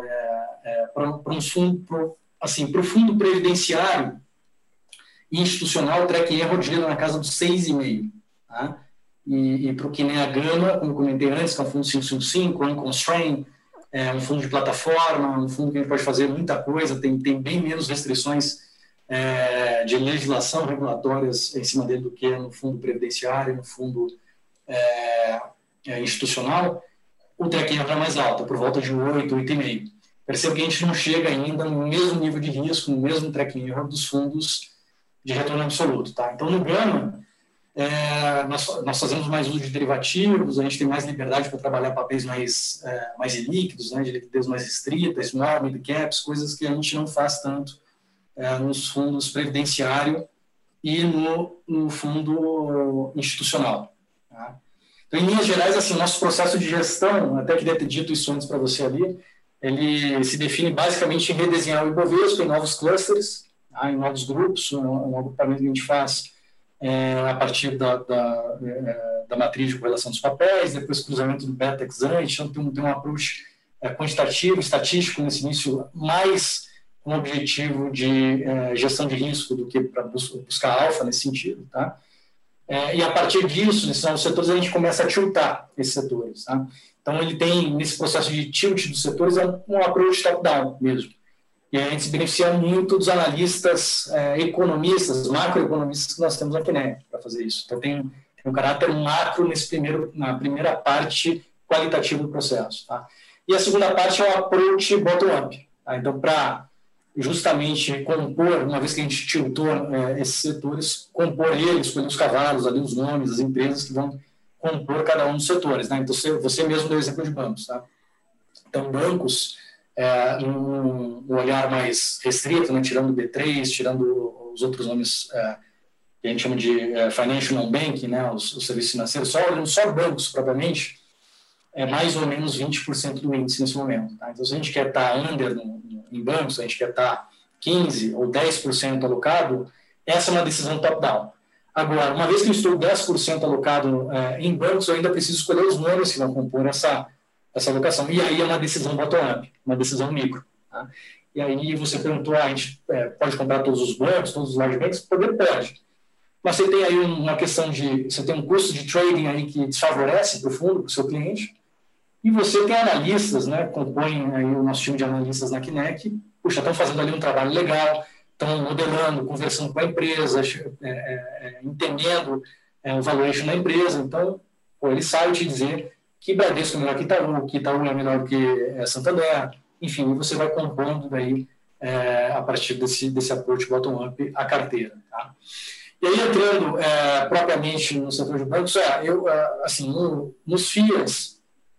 Para o fundo previdenciário e institucional, o tracking error gira na casa dos 6,5%. Tá? E para o que nem a Gama, como eu comentei antes, que é um fundo 555, unconstrained, um fundo de plataforma, um fundo que a gente pode fazer muita coisa, tem bem menos restrições de legislação regulatórias em cima dele do que no fundo previdenciário, no fundo institucional, o tracking error é mais alto, por volta de 8, 8,5%. Percebo que a gente não chega ainda no mesmo nível de risco, no mesmo tracking error dos fundos de retorno absoluto. Tá? Então, no Gama, Nós fazemos mais uso de derivativos, a gente tem mais liberdade para trabalhar papéis mais líquidos, né, de liquidez mais restrita, small, mid caps, coisas que a gente não faz tanto nos fundos previdenciário e no fundo institucional. Tá? Então, em linhas gerais, assim, nosso processo de gestão, até queria ter dito isso antes para você ali, ele se define basicamente em redesenhar o Ibovespa em novos clusters, tá? Em novos grupos, um agrupamento que a gente faz a partir da matriz de correlação dos papéis, depois cruzamento do beta-hexante, então tem um approach quantitativo, estatístico nesse início, mais com o objetivo de gestão de risco do que para buscar alfa nesse sentido, tá? E a partir disso, nesses novos setores, a gente começa a tiltar esses setores, tá? Então, ele tem, nesse processo de tilt dos setores, um approach top-down mesmo. E a gente se beneficia muito dos analistas, economistas, macroeconomistas que nós temos aqui, né, para fazer isso. Então, tem um caráter macro na primeira parte qualitativa do processo. Tá? E a segunda parte é o approach bottom-up. Tá? Então, para justamente compor, uma vez que a gente tiltou esses setores, compor eles, escolher os cavalos, ali, os nomes, as empresas que vão compor cada um dos setores. Tá? Então, você mesmo deu exemplo de bancos. Tá? Então, bancos... um olhar mais restrito, né, tirando o B3, tirando os outros nomes que a gente chama de financial non-banking, né, os serviços financeiros, só bancos propriamente, é mais ou menos 20% do índice nesse momento. Tá? Então, se a gente quer estar under em bancos, a gente quer estar 15% ou 10% alocado, essa é uma decisão top-down. Agora, uma vez que eu estou 10% alocado em bancos, eu ainda preciso escolher os nomes que vão compor essa alocação. E aí é uma decisão bottom-up, uma decisão micro. Tá? E aí você perguntou, a gente pode comprar todos os bancos, todos os large banks? Pode. Mas você tem aí uma questão você tem um custo de trading aí que desfavorece para o fundo, para o seu cliente, e você tem analistas, né, compõem aí o nosso time de analistas na Kinec, estão fazendo ali um trabalho legal, estão modelando, conversando com a empresa, entendendo o valuation da empresa, então, ele sabe te dizer que Bradesco é melhor que Itaú é melhor que Santander, enfim, você vai compondo daí, a partir desse approach bottom-up a carteira. Tá? E aí, entrando propriamente no setor de bancos, assim, nos FIAs,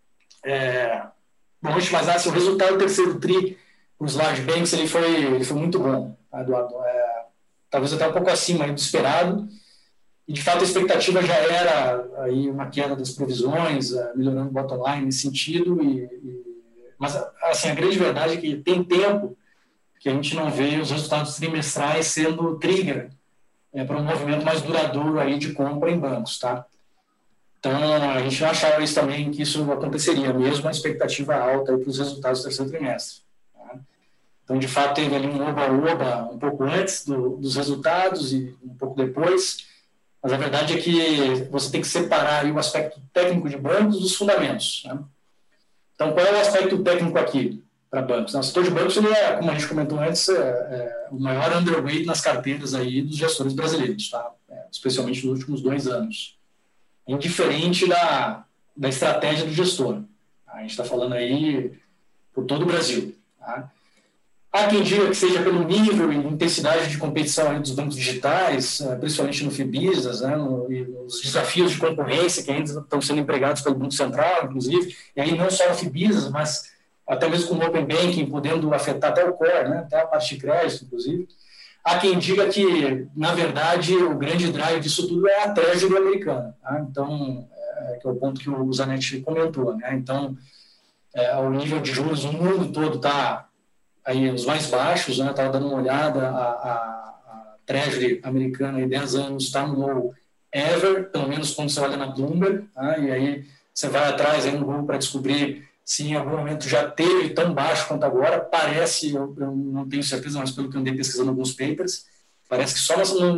bom, antes de mais nada, assim, o resultado do terceiro TRI nos large banks ele foi muito bom, tá, Eduardo? Talvez até um pouco acima aí do esperado. E, de fato, a expectativa já era aí uma queda das provisões, melhorando o bottom line nesse sentido. Mas, assim, a grande verdade é que tem tempo que a gente não vê os resultados trimestrais sendo trigger para um movimento mais duradouro aí de compra em bancos. Tá? Então, a gente não achava isso também, que isso aconteceria, mesmo a expectativa alta para os resultados do terceiro trimestre. Tá? Então, de fato, teve ali um oba-oba um pouco antes dos resultados e um pouco depois. Mas a verdade é que você tem que separar aí o aspecto técnico de bancos dos fundamentos. Né? Então, qual é o aspecto técnico aqui para bancos? O setor de bancos, ele como a gente comentou antes, o maior underweight nas carteiras aí dos gestores brasileiros, tá? Especialmente nos últimos 2 anos. Indiferente da estratégia do gestor. A gente está falando aí por todo o Brasil. Tá? Há quem diga que seja pelo nível e intensidade de competição dos bancos digitais, principalmente no FIBISAS, né, e os desafios de concorrência que ainda estão sendo empregados pelo Banco Central, inclusive, e aí não só no FIBISAS, mas até mesmo com o Open Banking, podendo afetar até o core, né, até a parte de crédito, inclusive. Há quem diga que, na verdade, o grande drive disso tudo é a Treasury americana. Tá? Então, que é o ponto que o Zanetti comentou. Né? Então, o nível de juros no mundo todo está aí os mais baixos, né? Estava dando uma olhada, a Treasury americana em 10 anos está no low ever, pelo menos quando você olha na Bloomberg, tá? E aí você vai atrás aí no Google para descobrir se em algum momento já teve tão baixo quanto agora. Parece, eu não tenho certeza, mas pelo que eu andei pesquisando alguns papers, parece que só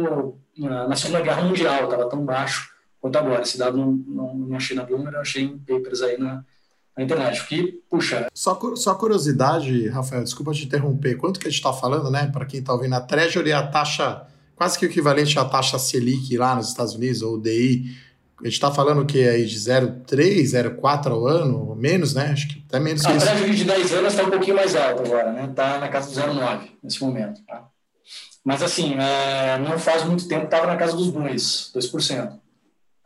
na Segunda Guerra Mundial estava tão baixo quanto agora. Esse dado não achei na Bloomberg, eu achei em papers aí na internet, que, puxa... Só curiosidade, Rafael, desculpa te interromper, quanto que a gente está falando, né, para quem está ouvindo, a Treasury é a taxa, quase que o equivalente à taxa Selic lá nos Estados Unidos, ou DI, a gente está falando o que aí de 0,3, 0,4 ao ano, menos, né, acho que até menos que isso. A Treasury de 10 anos está um pouquinho mais alta agora, né, está na casa do 0,9 nesse momento, tá? Mas assim, não faz muito tempo estava na casa dos 2%.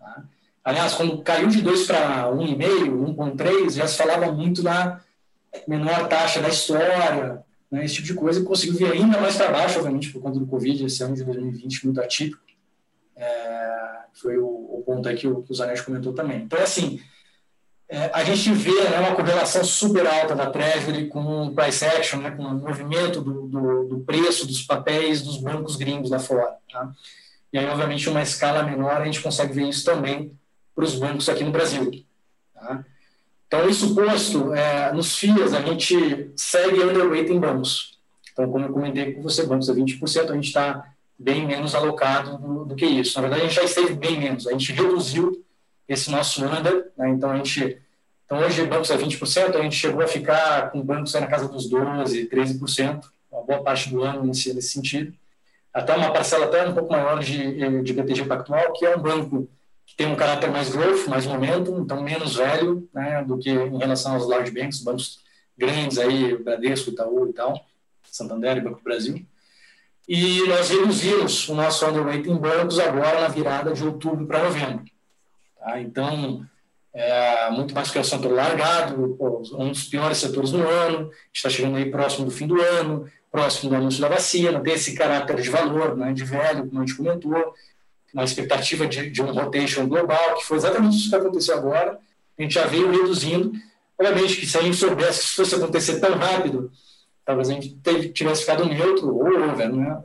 Tá? Aliás, quando caiu de 2 para 1,5, 1,3, já se falava muito na menor taxa da história, né, esse tipo de coisa, e conseguiu vir ainda mais para baixo, obviamente, por conta do Covid, esse ano de 2020, muito atípico. Foi o ponto aí que o Zanetti comentou também. Então, assim, a gente vê, né, uma correlação super alta da Treasury com o price action, né, com o movimento do preço dos papéis dos bancos gringos lá fora. Tá? E aí, obviamente, uma escala menor, a gente consegue ver isso também para os bancos aqui no Brasil. Tá? Então, isso posto, nos FIAs, a gente segue underweight em bancos. Então, como eu comentei com você, bancos a 20%, a gente está bem menos alocado do que isso. Na verdade, a gente já esteve bem menos. A gente reduziu esse nosso under. Né? Então, hoje, bancos a 20%, a gente chegou a ficar com bancos na casa dos 12%, 13%, uma boa parte do ano nesse sentido. Até uma parcela até um pouco maior de BTG Pactual, que é um banco que tem um caráter mais growth, mais momento, então menos velho, né, do que em relação aos large banks, bancos grandes aí, Bradesco, Itaú e tal, Santander e Banco do Brasil. E nós reduzimos o nosso underweight em bancos agora na virada de outubro para novembro. Tá? Então, muito mais criação pelo largado, um dos piores setores do ano, está chegando aí próximo do fim do ano, próximo do anúncio da vacina, tem esse caráter de valor, né, de velho, como a gente comentou, na expectativa de um rotation global, que foi exatamente isso que aconteceu agora. A gente já veio reduzindo. Obviamente que se a gente soubesse que isso fosse acontecer tão rápido, talvez a gente tivesse ficado neutro ou over, né?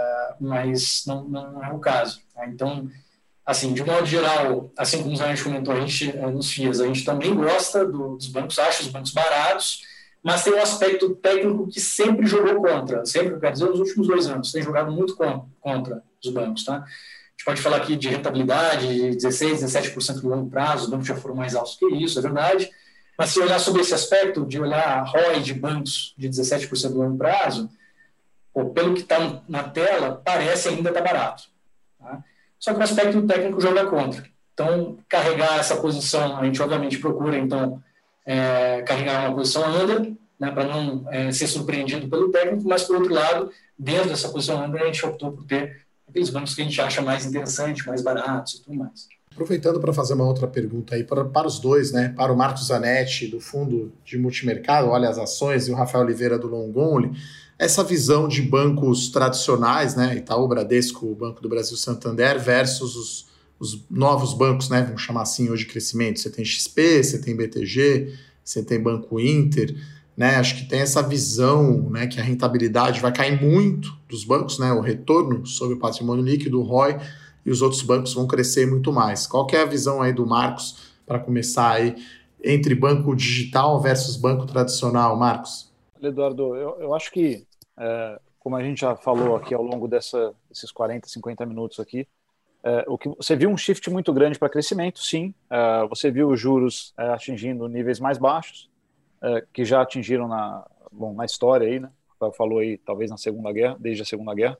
Mas não é o caso. Tá? Então, assim, de modo geral, assim como o Zanetti comentou, a gente, nos FIAs, a gente também gosta dos bancos, acha os bancos baratos, mas tem um aspecto técnico que sempre jogou contra, sempre, quer dizer, nos últimos 2 anos, tem jogado muito contra os bancos, tá? A gente pode falar aqui de rentabilidade de 16%, 17% no longo prazo, os bancos já foram mais altos que isso, é verdade. Mas se olhar sobre esse aspecto, de olhar a ROI de bancos de 17% no longo prazo, pelo que está na tela, parece ainda estar barato. Tá? Só que o aspecto técnico joga contra. Então, carregar essa posição, a gente obviamente procura, então, carregar uma posição under, né, para não ser surpreendido pelo técnico, mas, por outro lado, dentro dessa posição under, a gente optou por ter aqueles bancos que a gente acha mais interessante, mais baratos e tudo mais. Aproveitando para fazer uma outra pergunta aí para os dois, né? Para o Marcos Zanetti, do Fundo de Multimercado, Olha as Ações, e o Rafael Oliveira, do Long Only, essa visão de bancos tradicionais, né? Itaú, Bradesco, Banco do Brasil, Santander, versus os novos bancos, né? Vamos chamar assim hoje de crescimento. Você tem XP, você tem BTG, você tem Banco Inter, né? Acho que tem essa visão, né, que a rentabilidade vai cair muito dos bancos, né? O retorno sobre o patrimônio líquido, o ROI, e os outros bancos vão crescer muito mais. Qual que é a visão aí do Marcos para começar aí entre banco digital versus banco tradicional, Marcos? Eduardo, eu acho que, como a gente já falou aqui ao longo desses 40, 50 minutos aqui, o que você viu um shift muito grande para crescimento, sim. Você viu os juros atingindo níveis mais baixos, que já atingiram na história aí, né? Falou aí, talvez na Segunda Guerra, desde a Segunda Guerra.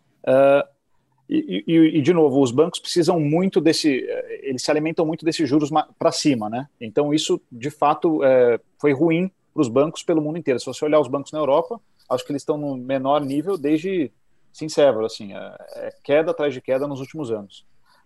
E de novo, os bancos precisam muito eles se alimentam muito desses juros para cima, né? Então isso, de fato, foi ruim para os bancos pelo mundo inteiro. Se você olhar os bancos na Europa, acho que eles estão no menor nível desde Sincero, assim, queda atrás de queda nos últimos anos.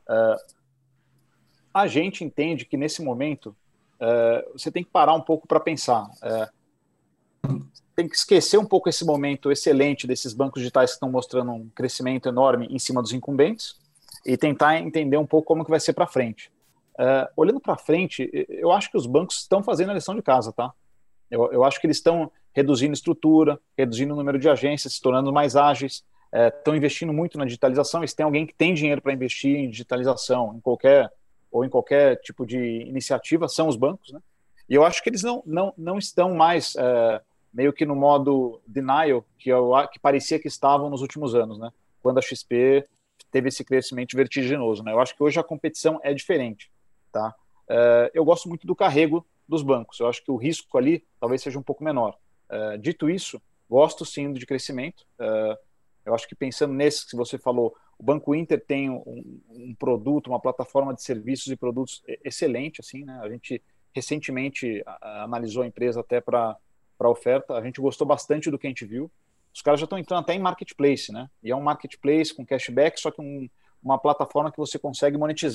A gente entende que nesse momento você tem que parar um pouco para pensar. Tem que esquecer um pouco esse momento excelente desses bancos digitais que estão mostrando um crescimento enorme em cima dos incumbentes e tentar entender um pouco como que vai ser para frente. Olhando para frente, eu acho que os bancos estão fazendo a lição de casa, tá? Eu acho que eles estão reduzindo estrutura, reduzindo o número de agências, se tornando mais ágeis, estão investindo muito na digitalização. E se tem alguém que tem dinheiro para investir em digitalização, em qualquer tipo de iniciativa, são os bancos, né? E eu acho que eles não estão mais meio que no modo denial que parecia que estavam nos últimos anos, né? Quando a XP teve esse crescimento vertiginoso, né? Eu acho que hoje a competição é diferente, tá? Eu gosto muito do carrego dos bancos. Eu acho que o risco ali talvez seja um pouco menor. Dito isso, gosto sim de crescimento. Eu acho que pensando nesse que você falou, o Banco Inter tem um produto, uma plataforma de serviços e produtos excelente, assim, né? A gente recentemente analisou a empresa até para oferta, a gente gostou bastante do que a gente viu. Os caras já estão entrando até em marketplace, né? E é um marketplace com cashback, só que uma plataforma que você consegue monetizar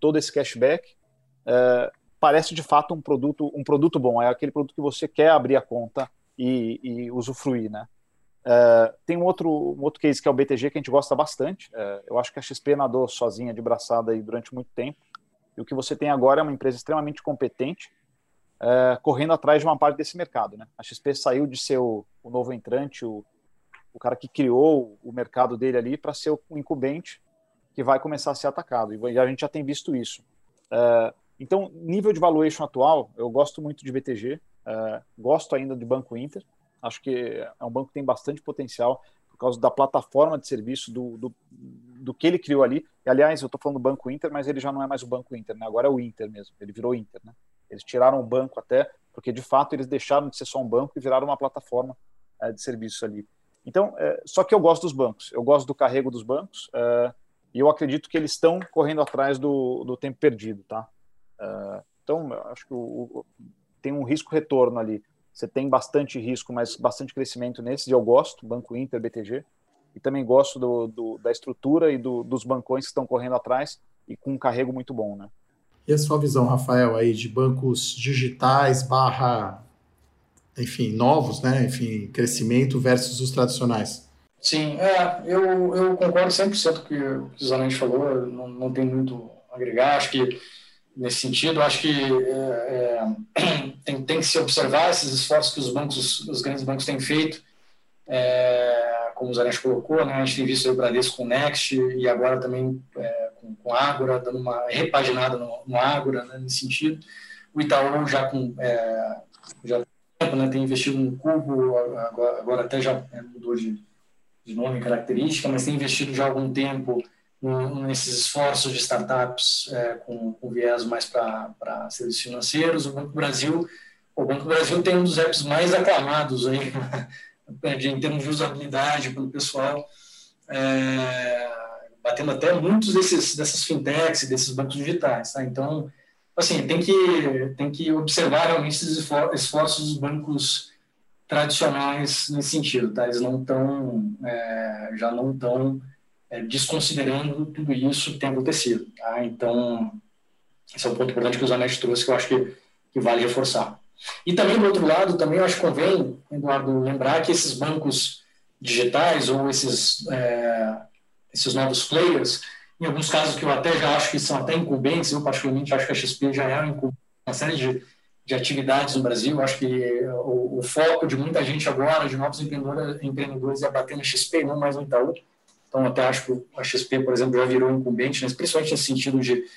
todo esse cashback, parece de fato um produto bom, é aquele produto que você quer abrir a conta e usufruir, né? Tem um outro case que é o BTG, que a gente gosta bastante. Eu acho que a XP nadou sozinha de braçada aí durante muito tempo, e o que você tem agora é uma empresa extremamente competente, correndo atrás de uma parte desse mercado, né? A XP saiu de ser o novo entrante, o cara que criou o mercado dele ali, para ser o incumbente que vai começar a ser atacado, e a gente já tem visto isso. Então, nível de valuation atual, eu gosto muito de BTG, gosto ainda de Banco Inter, acho que é um banco que tem bastante potencial por causa da plataforma de serviço, do que ele criou ali. E, aliás, eu estou falando do Banco Inter, mas ele já não é mais o Banco Inter, né? Agora é o Inter mesmo, ele virou Inter, né? Eles tiraram o banco até, porque de fato eles deixaram de ser só um banco e viraram uma plataforma de serviço ali. Então, só que eu gosto dos bancos, eu gosto do carrego dos bancos, e eu acredito que eles estão correndo atrás do tempo perdido, tá? Então, acho que tem um risco-retorno ali. Você tem bastante risco, mas bastante crescimento nesses, e eu gosto, Banco Inter, BTG, e também gosto da estrutura e dos bancões que estão correndo atrás e com um carrego muito bom, né? E a sua visão, Rafael, aí de bancos digitais enfim, novos, né? Enfim, crescimento versus os tradicionais? Sim, eu concordo 100% com o que o Zanetti falou, não tem muito a agregar, acho que nesse sentido, acho que tem que se observar esses esforços que os grandes bancos têm feito, como o Zanetti colocou, né? A gente tem visto o Bradesco com o Next e agora também com a Ágora, dando uma repaginada no Ágora, né, nesse sentido. O Itaú já né, tem investido no Cubo, agora até já mudou de nome e característica, mas tem investido já há algum tempo nesses esforços de startups com viés mais para serviços financeiros. O Banco do Brasil tem um dos apps mais aclamados aí, em termos de usabilidade pelo pessoal, batendo até muitos dessas fintechs e desses bancos digitais, tá? Então, assim, tem que observar realmente esses esforços dos bancos tradicionais nesse sentido, tá? Eles já não estão desconsiderando tudo isso que tem acontecido, tá? Então, esse é um ponto importante que o Zanetti trouxe, que eu acho que vale reforçar. E também, do outro lado, também eu acho que convém, Eduardo, lembrar que esses bancos digitais ou esses novos players, em alguns casos que eu até já acho que são até incumbentes, eu particularmente acho que a XP já é uma série de atividades no Brasil. Eu acho que o foco de muita gente agora, de novos empreendedores, é bater na XP e não mais no Itaú. Então, até acho que a XP, por exemplo, já virou incumbente, né? Principalmente nesse sentido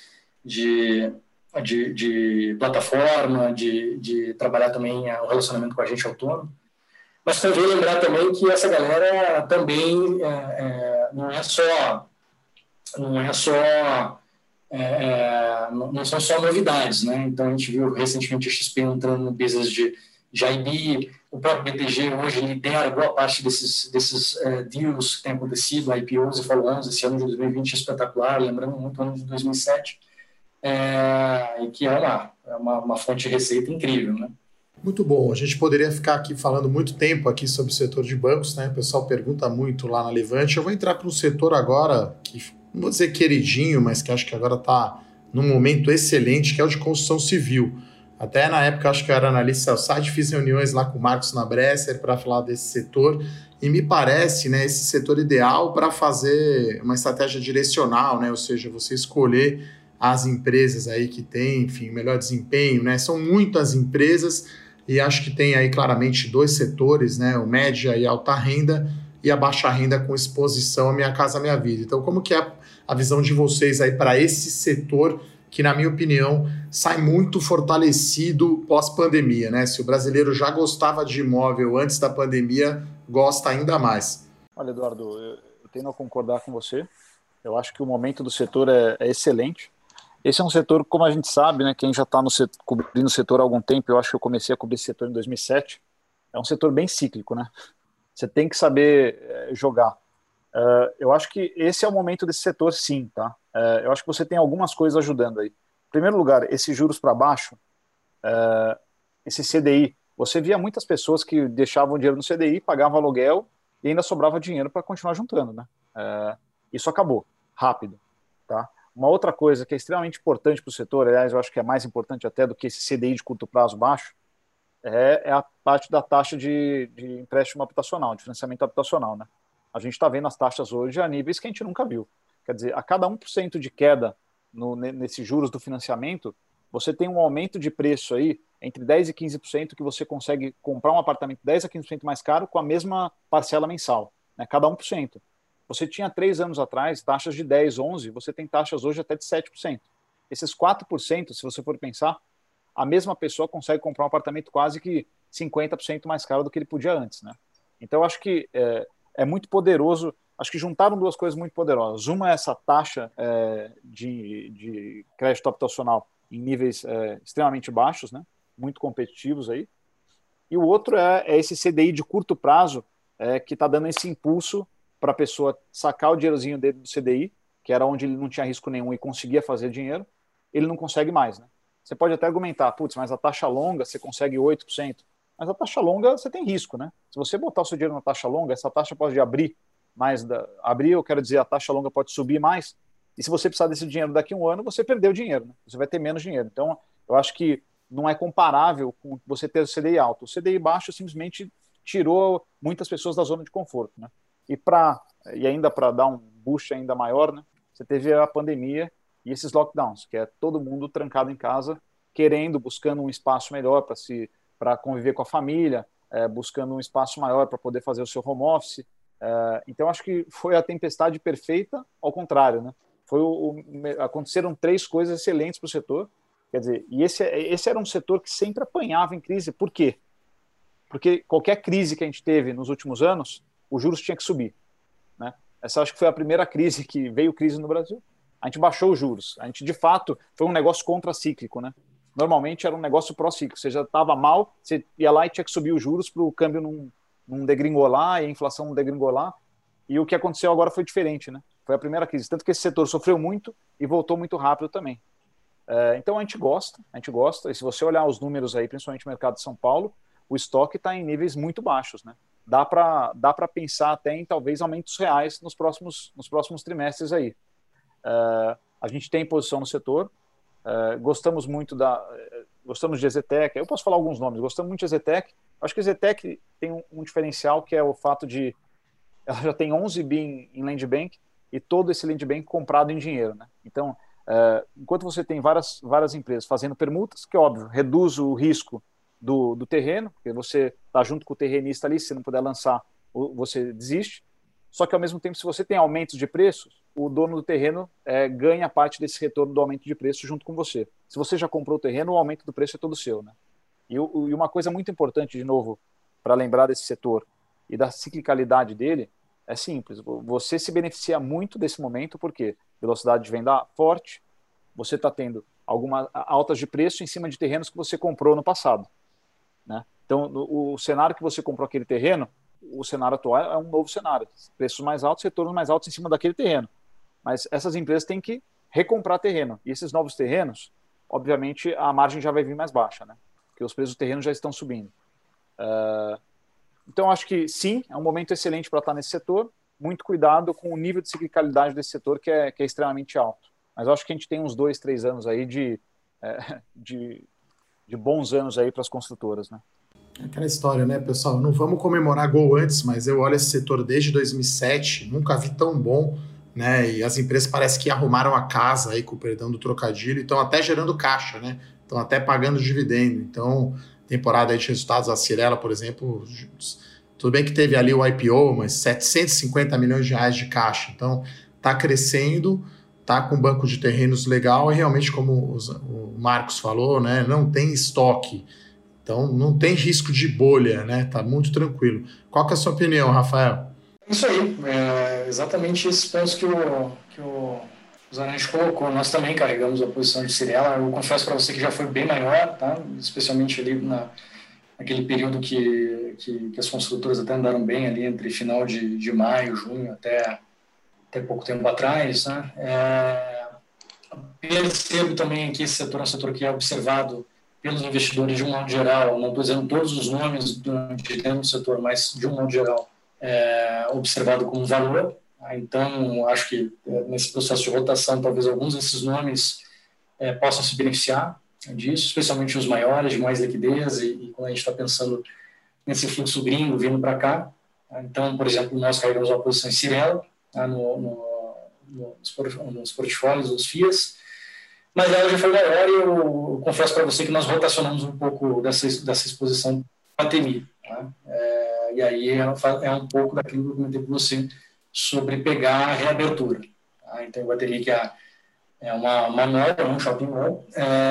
de plataforma, de trabalhar também o relacionamento com a gente autônomo. Mas convém lembrar também que essa galera também não são só novidades, né? Então, a gente viu recentemente a XP entrando no business de IB, o próprio BTG hoje lidera boa parte desses deals que têm acontecido, IPOs e follow-ons. Esse ano de 2020 é espetacular, lembrando muito o ano de 2007, e que é uma fonte de receita incrível, né? Muito bom. A gente poderia ficar aqui falando muito tempo aqui sobre o setor de bancos, né? O pessoal pergunta muito lá na Levante. Eu vou entrar para um setor agora que, não vou dizer queridinho, mas que acho que agora está num momento excelente, que é o de construção civil. Até na época, acho que eu era analista Cellside, fiz reuniões lá com o Marcos Nabresser para falar desse setor, e me parece, né, esse setor ideal para fazer uma estratégia direcional, né? Ou seja, você escolher as empresas aí que têm, enfim, melhor desempenho, né? São muitas empresas, e acho que tem aí claramente dois setores, né? O média e alta renda, e a baixa renda com exposição à Minha Casa Minha Vida. Então, como que é a visão de vocês aí para esse setor que, na minha opinião, sai muito fortalecido pós-pandemia, né? Se o brasileiro já gostava de imóvel antes da pandemia, gosta ainda mais. Olha, Eduardo, eu tendo a concordar com você. Eu acho que o momento do setor é excelente. Esse é um setor, como a gente sabe, né, quem já está cobrindo o setor há algum tempo, eu acho que eu comecei a cobrir esse setor em 2007, é um setor bem cíclico, né? Você tem que saber jogar. Eu acho que esse é o momento desse setor, sim, tá? Eu acho que você tem algumas coisas ajudando aí. Em primeiro lugar, esses juros para baixo, esse CDI, você via muitas pessoas que deixavam dinheiro no CDI, pagavam aluguel e ainda sobrava dinheiro para continuar juntando, né? Isso acabou, rápido, tá? Uma outra coisa que é extremamente importante para o setor, aliás, eu acho que é mais importante até do que esse CDI de curto prazo baixo, é a parte da taxa de empréstimo habitacional, de financiamento habitacional, né? A gente está vendo as taxas hoje a níveis que a gente nunca viu. Quer dizer, a cada 1% de queda nesses juros do financiamento, você tem um aumento de preço aí entre 10% e 15% que você consegue comprar um apartamento 10% a 15% mais caro com a mesma parcela mensal, né? Cada 1%. Você tinha 3 anos atrás taxas de 10%, 11%, você tem taxas hoje até de 7%. Esses 4%, se você for pensar, a mesma pessoa consegue comprar um apartamento quase que 50% mais caro do que ele podia antes, né? Então, eu acho que é muito poderoso. Acho que juntaram duas coisas muito poderosas. Uma é essa taxa de crédito habitacional em níveis extremamente baixos, né? Muito competitivos aí. E o outro é esse CDI de curto prazo que está dando esse impulso para a pessoa sacar o dinheirozinho dele do CDI, que era onde ele não tinha risco nenhum e conseguia fazer dinheiro, ele não consegue mais, né? Você pode até argumentar, putz, mas a taxa longa você consegue 8%. Mas a taxa longa você tem risco, né? Se você botar o seu dinheiro na taxa longa, essa taxa pode abrir mais. Abrir, eu quero dizer, a taxa longa pode subir mais. E se você precisar desse dinheiro daqui a um ano, você perdeu dinheiro, né? Você vai ter menos dinheiro. Então, eu acho que não é comparável com você ter o CDI alto. O CDI baixo simplesmente tirou muitas pessoas da zona de conforto, né? E ainda para dar um boost ainda maior, né? Você teve a pandemia e esses lockdowns, que é todo mundo trancado em casa, buscando um espaço melhor para conviver com a família, buscando um espaço maior para poder fazer o seu home office. Então, acho que foi a tempestade perfeita, ao contrário, né? Aconteceram 3 coisas excelentes para o setor. Quer dizer, e esse era um setor que sempre apanhava em crise. Por quê? Porque qualquer crise que a gente teve nos últimos anos, os juros tinham que subir, né? Essa acho que foi a primeira crise que veio crise no Brasil. A gente baixou os juros. A gente, de fato, foi um negócio contracíclico, né? Normalmente era um negócio pró-cíclico. Você já estava mal, você ia lá e tinha que subir os juros para o câmbio não degringolar e a inflação não degringolar. E o que aconteceu agora foi diferente, né? Foi a primeira crise. Tanto que esse setor sofreu muito e voltou muito rápido também. Então a gente gosta. E se você olhar os números aí, principalmente no mercado de São Paulo, o estoque está em níveis muito baixos, né? Dá para pensar até em talvez aumentos reais nos próximos trimestres aí. A gente tem posição no setor, gostamos de Ezetec. Eu posso falar alguns nomes, gostamos muito de Ezetec. Acho que a Ezetec tem um diferencial, que é o fato de ela já tem 11 bi em land bank e todo esse land bank comprado em dinheiro, né? Então, enquanto você tem várias empresas fazendo permutas, que óbvio, reduz o risco do terreno, porque você está junto com o terrenista ali, se você não puder lançar, você desiste. Só que, ao mesmo tempo, se você tem aumentos de preços, o dono do terreno ganha parte desse retorno do aumento de preço junto com você. Se você já comprou o terreno, o aumento do preço é todo seu, né? E uma coisa muito importante, de novo, para lembrar desse setor e da ciclicalidade dele, é simples. Você se beneficia muito desse momento, porque velocidade de venda forte, você está tendo algumas altas de preço em cima de terrenos que você comprou no passado, né? Então, o cenário que você comprou aquele terreno, o cenário atual é um novo cenário. Preços mais altos, retornos mais altos em cima daquele terreno. Mas essas empresas têm que recomprar terreno. E esses novos terrenos, obviamente, a margem já vai vir mais baixa, né? Porque os preços do terreno já estão subindo. Então, acho que sim, é um momento excelente para estar nesse setor. Muito cuidado com o nível de ciclicalidade desse setor, que é extremamente alto. Mas eu acho que a gente tem uns 2, 3 anos aí de bons anos aí para as construtoras, né? Aquela história, né, pessoal? Não vamos comemorar gol antes, mas eu olho esse setor desde 2007, nunca vi tão bom, né? E as empresas parece que arrumaram a casa aí, com o perdão do trocadilho, e estão até gerando caixa, né? Estão até pagando dividendo. Então, temporada aí de resultados, a Cyrela, por exemplo, tudo bem que teve ali o IPO, mas 750 milhões de reais de caixa. Então, está crescendo, está com um banco de terrenos legal e realmente, como o Marcos falou, né, não tem estoque. Então, não tem risco de bolha, né? Tá muito tranquilo. Qual que é a sua opinião, Rafael? Isso aí, exatamente esses pontos que o Zanetti colocou. Nós também carregamos a posição de Cyrela. Eu confesso para você que já foi bem maior, tá? Especialmente ali naquele período que as construtoras até andaram bem ali, entre final de maio, junho, até pouco tempo atrás, né? Percebo também que esse setor é um setor que é observado pelos investidores de um modo geral, não estou dizendo todos os nomes de dentro do setor, mas de um modo geral, observado como valor. Então, acho que nesse processo de rotação, talvez alguns desses nomes possam se beneficiar disso, especialmente os maiores, de mais liquidez, e quando a gente está pensando nesse fluxo gringo vindo para cá. Então, por exemplo, nós carregamos uma posição em Cirela, nos portfólios dos FIAs, mas ela já foi maior e eu confesso para você que nós rotacionamos um pouco dessa exposição para a TMI. E aí é um pouco daquilo que eu comentei com você sobre pegar a reabertura. Então, o Guatemi, que é uma mall, um shopping mall,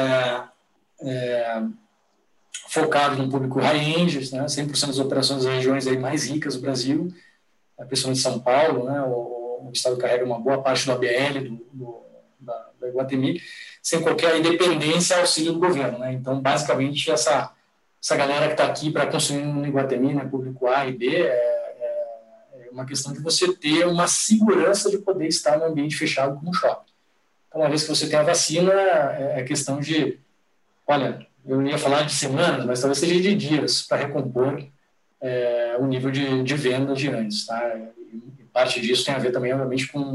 focado no público high-end, né? 100% das operações das regiões aí mais ricas do Brasil, principalmente São Paulo, né? O estado carrega uma boa parte do ABL da Guatemi, sem qualquer independência auxílio do governo. Né? Então, basicamente, essa galera que está aqui para construir no Iguatemi, né, público A e B, é uma questão de você ter uma segurança de poder estar num ambiente fechado como um shopping. Então, uma vez que você tem a vacina, é questão de, olha, eu ia falar de semanas, mas talvez seja de dias para recompor o nível de venda de antes. Tá? E parte disso tem a ver também, obviamente, com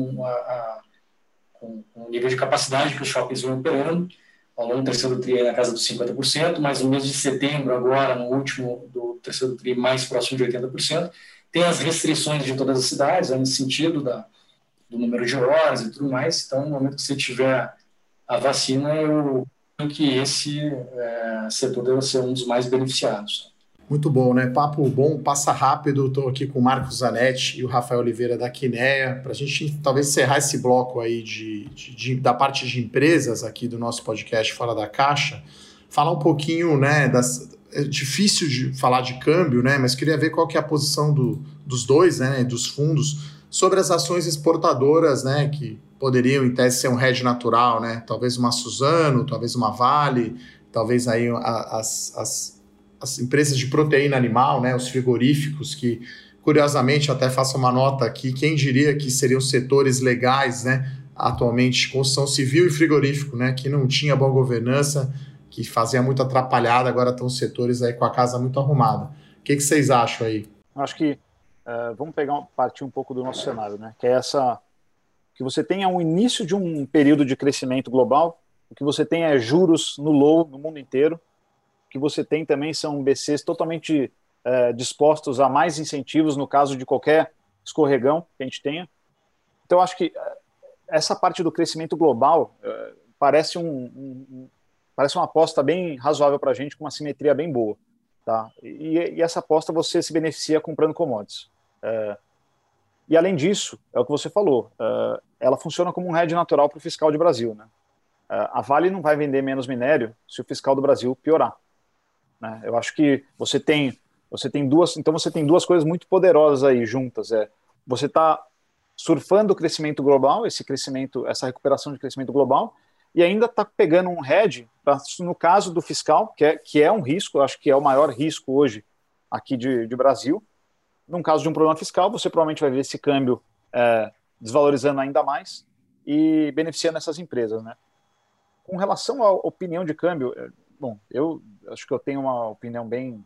o nível de capacidade que os shoppings vão operando. Ao longo do terceiro TRI na casa dos 50%, mas no mês de setembro, agora, no último do terceiro TRI, mais próximo de 80%. Tem as restrições de todas as cidades, nesse sentido do número de horas e tudo mais. Então, no momento que você tiver a vacina, eu acho que esse setor deve ser um dos mais beneficiados. Muito bom, né? Papo bom, passa rápido. Estou aqui com o Marcos Zanetti e o Rafael Oliveira da Quineia, para a gente talvez encerrar esse bloco aí da parte de empresas aqui do nosso podcast Fora da Caixa, falar um pouquinho, né, é difícil de falar de câmbio, né, mas queria ver qual que é a posição dos dois, né, dos fundos, sobre as ações exportadoras, né, que poderiam, em tese, ser um hedge natural, né, talvez uma Suzano, talvez uma Vale, talvez aí as empresas de proteína animal, né, os frigoríficos, que, curiosamente, até faço uma nota aqui, quem diria que seriam setores legais, né, atualmente, construção civil e frigorífico, né, que não tinha boa governança, que fazia muito atrapalhada, agora estão setores aí com a casa muito arrumada. O que vocês acham aí? Acho que vamos partir um pouco do nosso cenário, né, que é que você tenha um início de um período de crescimento global, o que você tem é juros no low no mundo inteiro, que você tem também são BCs totalmente dispostos a mais incentivos no caso de qualquer escorregão que a gente tenha. Então, acho que essa parte do crescimento global parece uma aposta bem razoável para a gente, com uma simetria bem boa. Tá? E essa aposta você se beneficia comprando commodities. E, além disso, é o que você falou, ela funciona como um hedge natural para o fiscal de Brasil. Né? A Vale não vai vender menos minério se o fiscal do Brasil piorar. Né? Eu acho que você tem duas coisas muito poderosas aí juntas. Você está surfando o crescimento global, essa recuperação de crescimento global, e ainda está pegando um hedge, no caso do fiscal, que é um risco, eu acho que é o maior risco hoje aqui de Brasil. Num caso de um problema fiscal, você provavelmente vai ver esse câmbio desvalorizando ainda mais e beneficiando essas empresas. Né? Com relação à opinião de câmbio, bom, eu acho que eu tenho uma opinião bem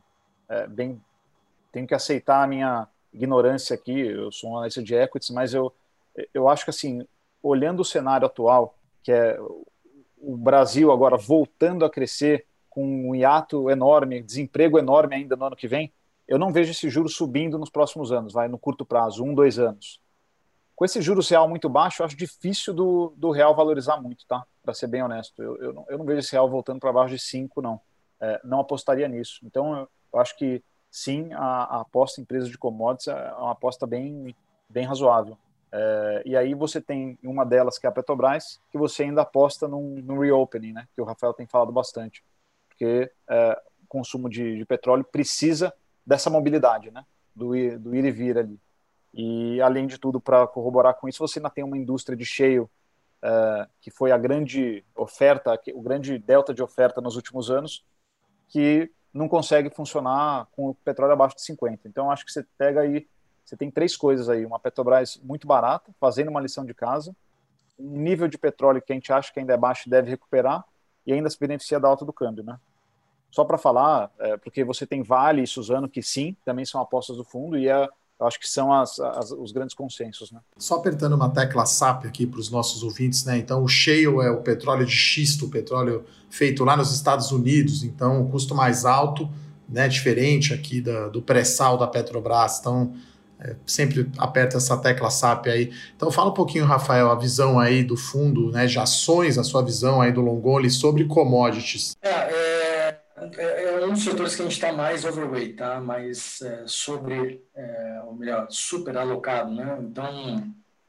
tenho que aceitar a minha ignorância aqui, eu sou um analista de equities, mas eu acho que, assim, olhando o cenário atual, que é o Brasil agora voltando a crescer com um hiato enorme, desemprego enorme ainda no ano que vem, eu não vejo esse juro subindo nos próximos anos, no curto prazo, 2 anos. Com esse juros real muito baixo, eu acho difícil do real valorizar muito, tá? Para ser bem honesto. Eu não vejo esse real voltando para baixo de 5, não. Não apostaria nisso. Então, eu acho que, sim, a aposta em empresas de commodities é uma aposta bem, bem razoável. E aí você tem uma delas, que é a Petrobras, que você ainda aposta no reopening, né? Que o Rafael tem falado bastante. Porque o consumo de petróleo precisa dessa mobilidade, né? Do ir e vir ali. E, além de tudo, para corroborar com isso, você ainda tem uma indústria de shale, que foi a grande oferta, o grande delta de oferta nos últimos anos, que não consegue funcionar com o petróleo abaixo de 50. Então, acho que você pega aí, você tem 3 coisas aí: uma Petrobras muito barata, fazendo uma lição de casa, um nível de petróleo que a gente acha que ainda é baixo e deve recuperar, e ainda se beneficia da alta do câmbio, né? Só para falar, porque você tem Vale e Suzano, que sim, também são apostas do fundo, e eu acho que são os grandes consensos, né? Só apertando uma tecla SAP aqui para os nossos ouvintes, né? Então, o shale é o petróleo de xisto, o petróleo feito lá nos Estados Unidos, então o custo mais alto, né? Diferente aqui do pré-sal da Petrobras. Então, sempre aperta essa tecla SAP aí. Então, fala um pouquinho, Rafael, a visão aí do fundo, né? De ações, a sua visão aí do long only sobre commodities. É um dos setores que a gente está mais overweight, tá? Mais ou melhor, super alocado, né? Então,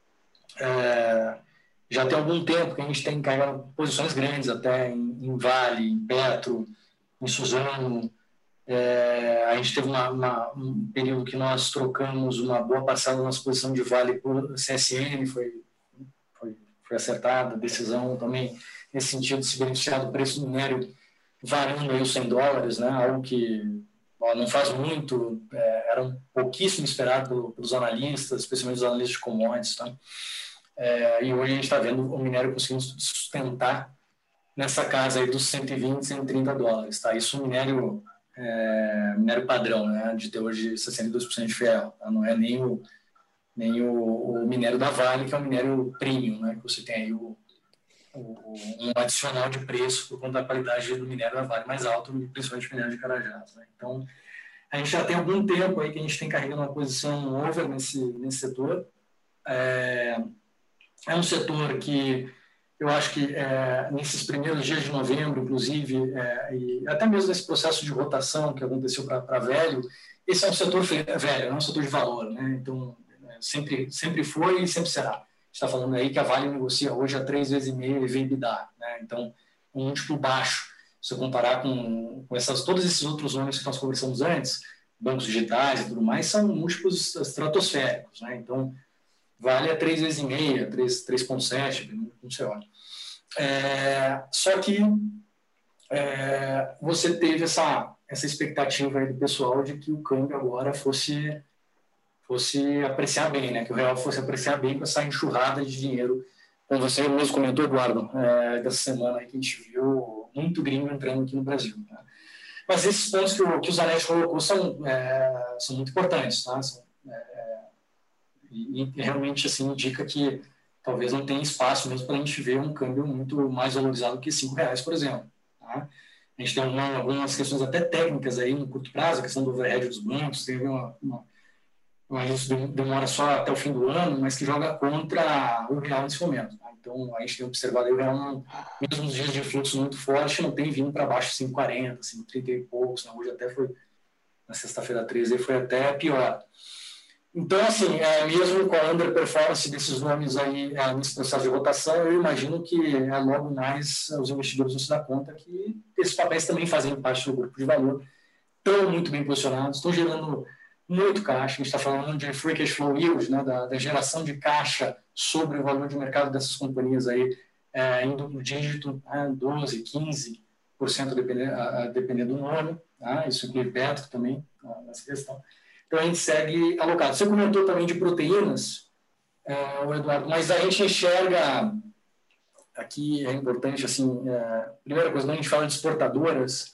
já tem algum tempo que a gente tem carregado posições grandes até em Vale, em Petro, em Suzano. A gente teve um período que nós trocamos uma boa parcela da nossa posição de Vale por CSN, foi acertada a decisão também, nesse sentido, de se beneficiar do preço do minério variando aí os $100, né? Algo que não faz muito, era um pouquíssimo esperado pelos analistas, especialmente os analistas de commodities, tá? E hoje a gente está vendo o minério conseguindo sustentar nessa casa aí dos $120, $130, tá? Isso minério padrão, né? De ter hoje 62% de ferro, tá? Não é nem o minério da Vale, que é um minério premium, né? Que você tem aí um adicional de preço por conta da qualidade do minério da Vale mais alto, principalmente o minério de Carajás, né? Então, a gente já tem algum tempo aí que a gente tem carregando uma posição over nesse setor. É um setor que eu acho que nesses primeiros dias de novembro, inclusive, e até mesmo nesse processo de rotação que aconteceu para velho, esse é um setor velho, não é um setor de valor, né? Então, sempre foi e sempre será. Está falando aí que a Vale negocia hoje a 3,5 vezes EBITDA, né? Então, um múltiplo baixo. Se você comparar com todos esses outros nomes que nós conversamos antes, bancos digitais e tudo mais, são múltiplos estratosféricos, né? Então, Vale a 3,5 vezes 3,7, não sei olha. Só que você teve essa expectativa aí do pessoal de que o câmbio agora fosse apreciar bem, né? Que o real fosse apreciar bem com essa enxurrada de dinheiro, como você mesmo comentou, Eduardo, dessa semana aí que a gente viu muito gringo entrando aqui no Brasil, né? Mas esses pontos que o Zanetti colocou são muito importantes, tá? E realmente assim, indica que talvez não tenha espaço mesmo para a gente ver um câmbio muito mais valorizado que R$5, por exemplo, tá? A gente tem algumas questões até técnicas aí no curto prazo, a questão do overhead dos bancos, teve isso demora só até o fim do ano, mas que joga contra o real nesse momento, tá? Então, a gente tem observado aí o real, mesmo nos dias de fluxo muito forte, não tem vindo para baixo de 5,40, 5,30 e poucos, né? Hoje até foi, na sexta-feira 13, foi até pior. Então, assim, mesmo com a underperformance desses nomes aí nesse processo de votação, eu imagino que logo mais os investidores vão se dar conta que esses papéis também fazem parte do grupo de valor, estão muito bem posicionados, estão gerando muito caixa. A gente está falando de free cash flow yield, né, da geração de caixa sobre o valor de mercado dessas companhias aí, indo no dígito 12%, 15%, dependendo do nome, tá? Isso inclui Petro também nessa questão. Então, a gente segue alocado. Você comentou também de proteínas, Eduardo, mas a gente enxerga, aqui é importante, assim, primeira coisa, quando a gente fala de exportadoras,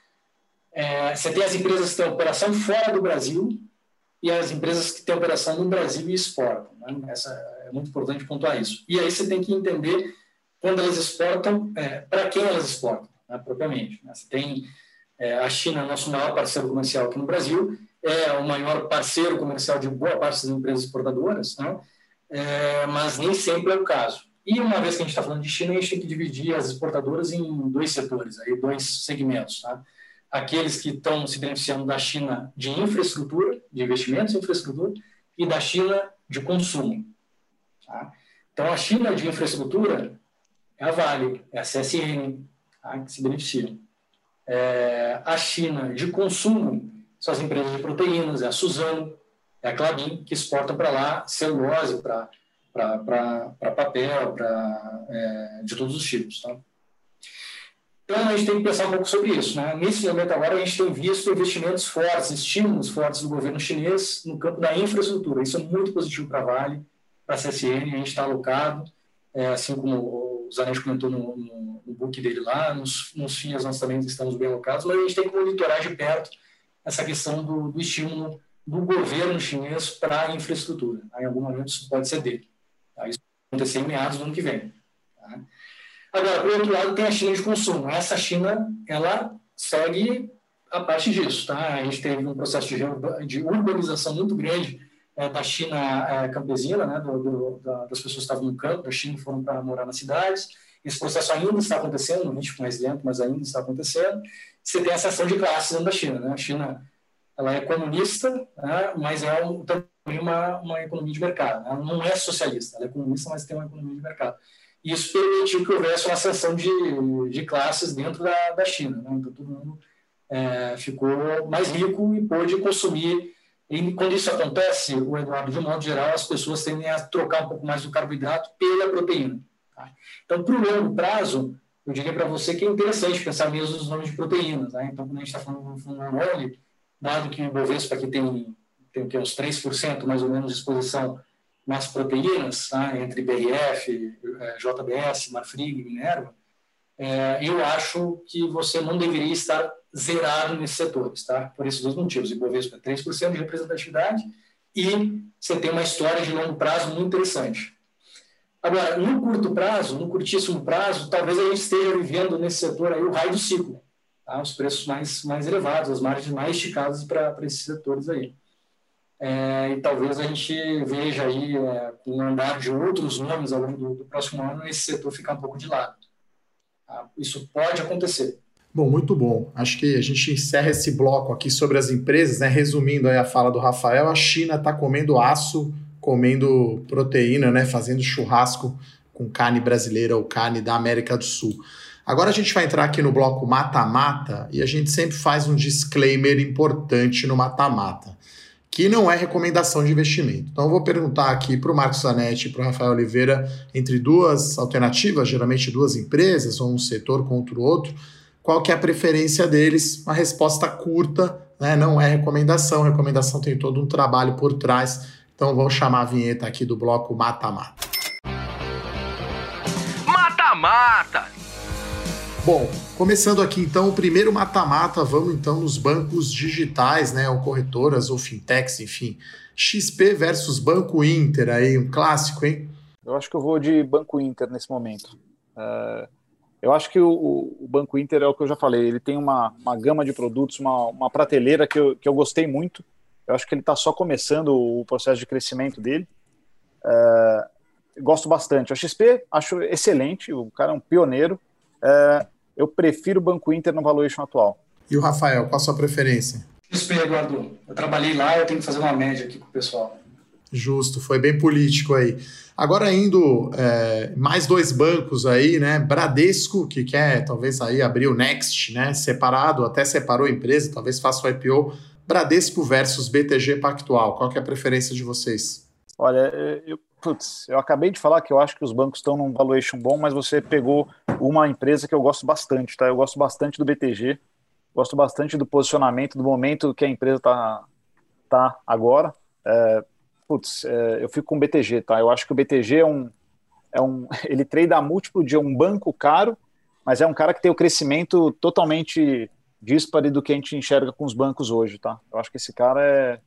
você tem as empresas que têm operação fora do Brasil e as empresas que têm operação no Brasil e exportam, né? É muito importante pontuar isso. E aí você tem que entender quando elas exportam, para quem elas exportam, né, propriamente, né? Você tem a China, nosso maior parceiro comercial aqui no Brasil, é o maior parceiro comercial de boa parte das empresas exportadoras, né? Mas nem sempre é o caso. E uma vez que a gente está falando de China, a gente tem que dividir as exportadoras em dois setores, aí, dois segmentos, tá? Aqueles que estão se beneficiando da China de infraestrutura, de investimentos em infraestrutura, e da China de consumo, tá? Então, a China de infraestrutura é a Vale, é a CSN, tá? Que se beneficiam. A China de consumo são as empresas de proteínas, é a Suzano, é a Klabin, que exportam para lá celulose, para papel, de todos os tipos, tá? Então, a gente tem que pensar um pouco sobre isso, né? Nesse momento agora, a gente tem visto investimentos fortes, estímulos fortes do governo chinês no campo da infraestrutura. Isso é muito positivo para a Vale, para a CSN, a gente está alocado, assim como o Zanetti comentou no book dele lá, nos FIAs nós também estamos bem alocados, mas a gente tem que monitorar de perto essa questão do estímulo do governo chinês para a infraestrutura. Em algum momento isso pode ceder. Tá? Isso vai acontecer em meados do ano que vem. Tá? Agora, por outro lado, tem a China de consumo. Essa China, ela segue a parte disso. Tá? A gente teve um processo de urbanização muito grande da China campesina, né? Das pessoas que estavam no campo da China e foram para morar nas cidades. Esse processo ainda está acontecendo, um ritmo mais lento, mas ainda está acontecendo. Você tem a seção de classes dentro da China. Né? A China ela é comunista, né? Mas é também uma economia de mercado. Né? Ela não é socialista, ela é comunista, mas tem uma economia de mercado. Isso permitiu que houvesse uma seção de classes dentro da China. Né? Então, todo mundo ficou mais rico e pôde consumir. E quando isso acontece, o Eduardo, de um modo geral, as pessoas tendem a trocar um pouco mais do carboidrato pela proteína. Tá? Então, para o longo prazo, eu diria para você que é interessante pensar mesmo nos nomes de proteínas. Né? Então, quando a gente está falando de fundo mole, dado que o Ibovespa aqui tem uns 3% mais ou menos de exposição nas proteínas, tá? Entre BRF, JBS, Marfrig e Minerva, eu acho que você não deveria estar zerado nesses setores, tá? Por esses dois motivos. O Ibovespa é 3% de representatividade e você tem uma história de longo prazo muito interessante. Agora, no curto prazo, no curtíssimo prazo, talvez a gente esteja vivendo nesse setor aí o raio do ciclo. Tá? Os preços mais elevados, as margens mais esticadas para esses setores aí. E talvez a gente veja aí, com o andar de outros nomes ao longo do próximo ano, esse setor ficar um pouco de lado. Tá? Isso pode acontecer. Bom, muito bom. Acho que a gente encerra esse bloco aqui sobre as empresas, né? Resumindo aí a fala do Rafael, a China está comendo aço, comendo proteína, né? Fazendo churrasco com carne brasileira ou carne da América do Sul. Agora a gente vai entrar aqui no bloco mata-mata e a gente sempre faz um disclaimer importante no mata-mata, que não é recomendação de investimento. Então eu vou perguntar aqui para o Marcos Zanetti e para o Rafael Oliveira, entre duas alternativas, geralmente duas empresas ou um setor contra o outro, qual que é a preferência deles. Uma resposta curta, né? Não é recomendação. Recomendação tem todo um trabalho por trás. Então vamos chamar a vinheta aqui do bloco mata-mata. Mata-mata! Bom, começando aqui então o primeiro mata-mata, vamos então nos bancos digitais, né, ou corretoras ou fintechs, enfim. XP versus Banco Inter, aí um clássico, hein? Eu acho que eu vou de Banco Inter nesse momento. Eu acho que o Banco Inter é o que eu já falei, ele tem uma gama de produtos, uma prateleira que eu gostei muito. Eu acho que ele está só começando o processo de crescimento dele. Gosto bastante. A XP acho excelente, o cara é um pioneiro. Eu prefiro o Banco Inter no valuation atual. E o Rafael, qual a sua preferência? XP, Eduardo. Eu trabalhei lá, eu tenho que fazer uma média aqui com o pessoal. Justo, foi bem político aí. Agora indo mais dois bancos aí, né? Bradesco, que quer talvez aí abrir o Next, né? Separado, até separou a empresa, talvez faça o IPO. Bradesco versus BTG Pactual, qual que é a preferência de vocês? Olha, eu acabei de falar que eu acho que os bancos estão num valuation bom, mas você pegou uma empresa que eu gosto bastante, tá? Eu gosto bastante do BTG, gosto bastante do posicionamento, do momento que a empresa tá agora. Eu fico com o BTG, tá? Eu acho que o BTG ele trade a múltiplo de um banco caro, mas é um cara que tem o crescimento totalmente díspare do que a gente enxerga com os bancos hoje, tá? Eu acho que esse cara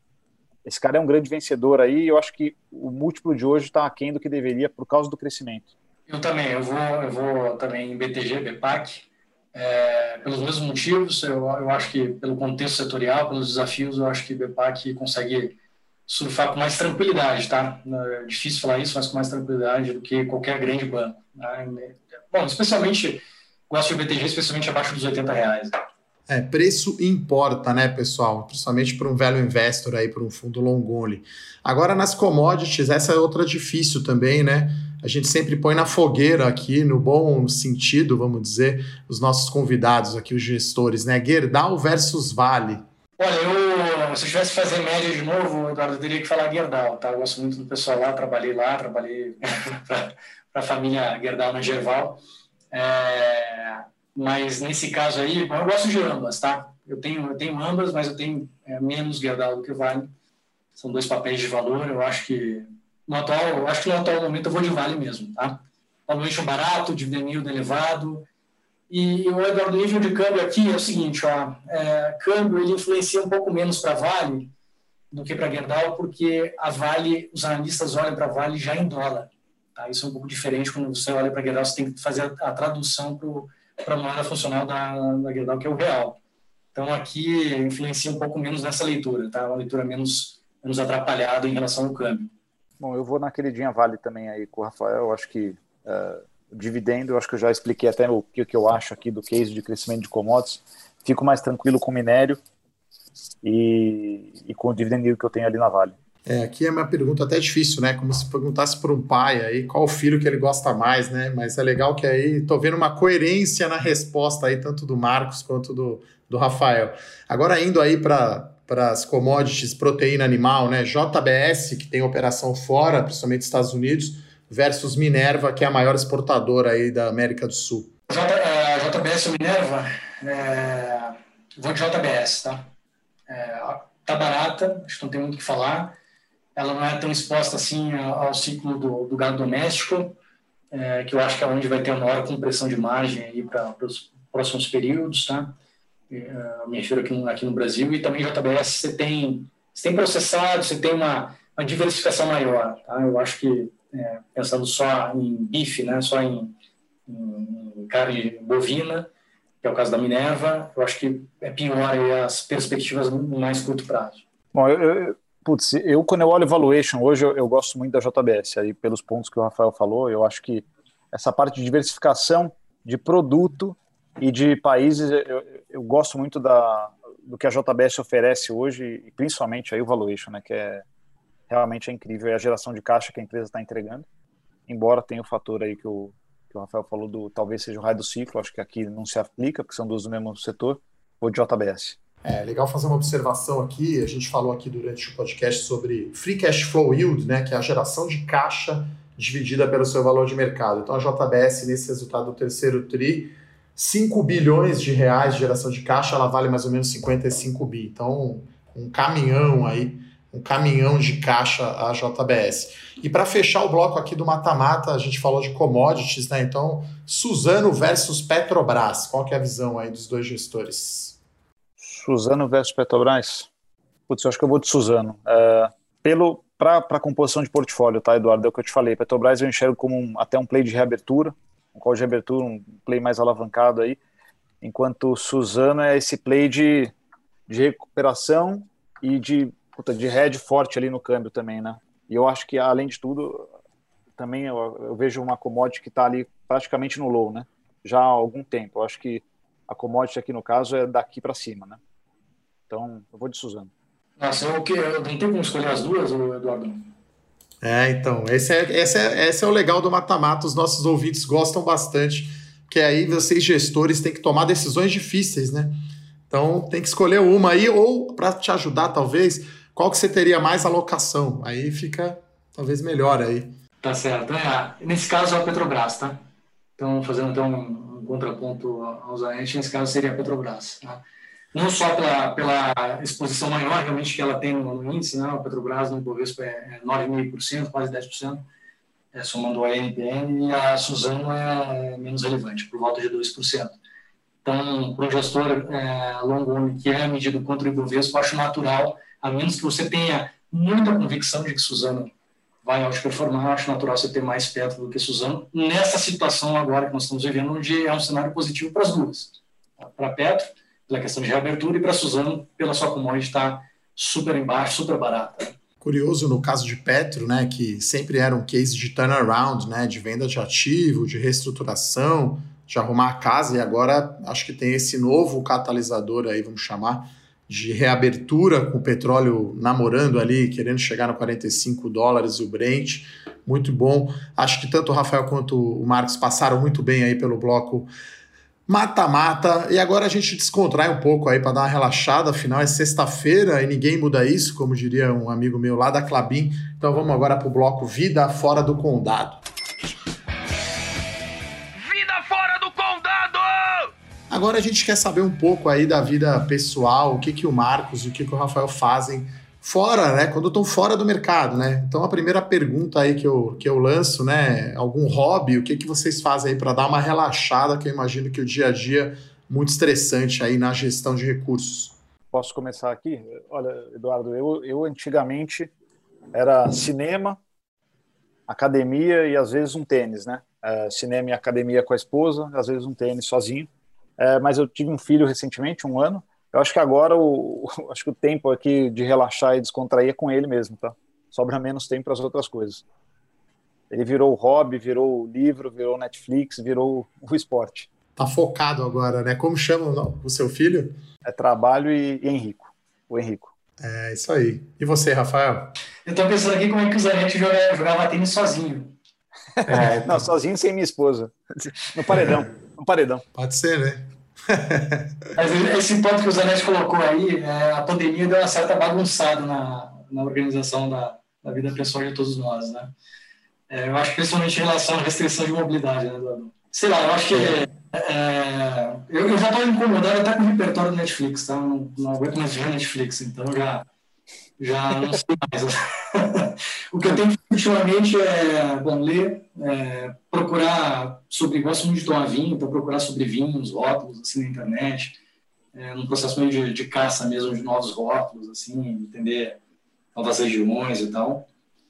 é um grande vencedor aí, e eu acho que o múltiplo de hoje está aquém do que deveria por causa do crescimento. Eu também, eu vou também em BTG, BPAC, pelos mesmos motivos. Eu acho que pelo contexto setorial, pelos desafios, eu acho que BPAC consegue surfar com mais tranquilidade, tá? É difícil falar isso, mas com mais tranquilidade do que qualquer grande banco. Né? Bom, especialmente, gosto de BTG, especialmente abaixo dos R$80. Preço importa, né, pessoal? Principalmente para um velho investor aí, para um fundo long only. Agora, nas commodities, essa é outra difícil também, né? A gente sempre põe na fogueira aqui, no bom sentido, vamos dizer, os nossos convidados aqui, os gestores, né? Gerdau versus Vale. Olha, se eu tivesse que fazer média de novo, Eduardo, eu teria que falar Gerdau, tá? Eu gosto muito do pessoal lá trabalhei para a família Gerdau na Gerval. Mas nesse caso aí, bom, eu gosto de ambas, tá? Eu tenho ambas, mas eu tenho menos Gerdau do que Vale. São dois papéis de valor. Eu acho que no atual momento eu vou de Vale mesmo, tá? Valuation barato, dividend yield elevado. E o Eduardo, nível de câmbio aqui é o seguinte, câmbio ele influencia um pouco menos para Vale, do que para a Gerdau, porque a Vale, os analistas olham para a Vale já em dólar. Tá? Isso é um pouco diferente. Quando você olha para a Gerdau, você tem que fazer a tradução para a moeda funcional da Gerdau, que é o real. Então, aqui influencia um pouco menos nessa leitura, tá? Uma leitura menos atrapalhada em relação ao câmbio. Bom, eu vou na queridinha Vale também aí com o Rafael. Eu acho que o dividendo, eu acho que eu já expliquei até o que eu acho aqui do case de crescimento de commodities. Fico mais tranquilo com o minério e com o dividend yield que eu tenho ali na Vale. Aqui é uma pergunta até difícil, né? Como se perguntasse para um pai aí qual o filho que ele gosta mais, né? Mas é legal que aí estou vendo uma coerência na resposta aí, tanto do Marcos quanto do Rafael. Agora indo aí para as commodities, proteína animal, né? JBS, que tem operação fora, principalmente dos Estados Unidos, versus Minerva, que é a maior exportadora aí da América do Sul. JBS ou Minerva? Vou de JBS, tá? Tá barata, acho que não tem muito o que falar. Ela não é tão exposta assim ao ciclo do gado doméstico, que eu acho que é onde vai ter a maior compressão de margem aí para os próximos períodos, tá? Me refiro aqui no Brasil. E também JBS você tem processado, você tem uma diversificação maior, tá? Eu acho que pensando só em bife, né, só em carne bovina, que é o caso da Minerva, eu acho que é pior aí as perspectivas no mais curto prazo. Bom, quando eu olho valuation hoje, eu gosto muito da JBS, aí pelos pontos que o Rafael falou. Eu acho que essa parte de diversificação de produto e de países, eu gosto muito do que a JBS oferece hoje, e principalmente aí o valuation, né, que realmente é incrível, é a geração de caixa que a empresa está entregando, embora tenha o fator aí que o Rafael falou, talvez seja o raio do ciclo, acho que aqui não se aplica, porque são duas do mesmo setor, ou de JBS. Legal fazer uma observação aqui. A gente falou aqui durante o podcast sobre Free Cash Flow Yield, né, que é a geração de caixa dividida pelo seu valor de mercado. Então a JBS, nesse resultado do terceiro TRI, 5 bilhões de reais de geração de caixa, ela vale mais ou menos 55 bi. Então um caminhão de caixa a JBS. E para fechar o bloco aqui do mata-mata, a gente falou de commodities, né? Então Suzano versus Petrobras, qual que é a visão aí dos dois gestores? Suzano versus Petrobras? Eu acho que eu vou de Suzano. Para a composição de portfólio, tá, Eduardo? É o que eu te falei. Petrobras eu enxergo como até um play de reabertura, um call de reabertura, um play mais alavancado aí, enquanto Suzano é esse play de recuperação e de hedge forte ali no câmbio também, né? E eu acho que, além de tudo, também eu vejo uma commodity que está ali praticamente no low, né? Já há algum tempo. Eu acho que a commodity aqui, no caso, é daqui para cima, né? Então, eu vou de Suzano. Nossa, eu não tenho como escolher as duas, Eduardo? Então, esse é o legal do mata-mata. Os nossos ouvintes gostam bastante, porque aí vocês, gestores, têm que tomar decisões difíceis, né? Então, tem que escolher uma aí, ou para te ajudar, talvez, qual que você teria mais alocação. Aí fica, talvez, melhor aí. Tá certo. Nesse caso, é a Petrobras, tá? Então, fazendo então um contraponto aos analistas, nesse caso seria a Petrobras, tá? Não só pela exposição maior realmente que ela tem no índice, né? A Petrobras no Ibovespa é 9,5%, quase 10%, somando a NPN, e a Suzano é menos relevante, por volta de 2%. Então, para um gestor longo que é medido contra o Ibovespa, eu acho natural, a menos que você tenha muita convicção de que Suzano vai outperformar, acho natural você ter mais Petro do que Suzano, nessa situação agora que nós estamos vivendo, onde é um cenário positivo para as duas. Para a Petro, pela questão de reabertura, e para a Suzano, pela sua commodity estar super embaixo, super barata. Curioso no caso de Petro, né, que sempre era um case de turnaround, né, de venda de ativo, de reestruturação, de arrumar a casa, e agora acho que tem esse novo catalisador aí, vamos chamar, de reabertura, com o petróleo namorando ali, querendo chegar no $45 o Brent, muito bom. Acho que tanto o Rafael quanto o Marcos passaram muito bem aí pelo bloco mata-mata, e agora a gente descontrai um pouco aí para dar uma relaxada, afinal é sexta-feira e ninguém muda isso, como diria um amigo meu lá da Klabin. Então vamos agora para o bloco Vida Fora do Condado. Vida fora do condado! Agora a gente quer saber um pouco aí da vida pessoal, o que o Marcos e o que o Rafael fazem fora, né, quando estão fora do mercado, né? Então a primeira pergunta aí que eu lanço, né, algum hobby, o que vocês fazem aí para dar uma relaxada, que eu imagino que o dia a dia é muito estressante aí na gestão de recursos. Posso começar aqui? Olha, Eduardo, eu antigamente era cinema, academia e às vezes um tênis, né? Cinema e academia com a esposa, às vezes um tênis sozinho. Mas eu tive um filho recentemente, 1 ano. Eu acho que agora acho que o tempo aqui de relaxar e descontrair é com ele mesmo, tá? Sobra menos tempo para as outras coisas. Ele virou o hobby, virou o livro, virou o Netflix, virou o esporte. Tá focado agora, né? Como chama o seu filho? É trabalho e Henrico. O Henrico. É isso aí. E você, Rafael? Eu tô pensando aqui como é que o Zanetti jogava tênis sozinho. Não, sozinho sem minha esposa. No paredão. Pode ser, né? Mas esse ponto que o Zanetti colocou aí, a pandemia deu uma certa bagunçada na organização da vida pessoal de todos nós, né? Eu acho que principalmente em relação à restrição de mobilidade, né, Eduardo? Sei lá, eu acho que eu já estou incomodado até com o repertório do Netflix, tá? Não aguento mais ver Netflix, então já não sei mais. O que eu tenho feito ultimamente ler, procurar sobre, gosto muito de tomar vinho, então procurar sobre vinhos, rótulos, assim, na internet, num processo meio de caça mesmo de novos rótulos, assim, entender novas regiões e tal.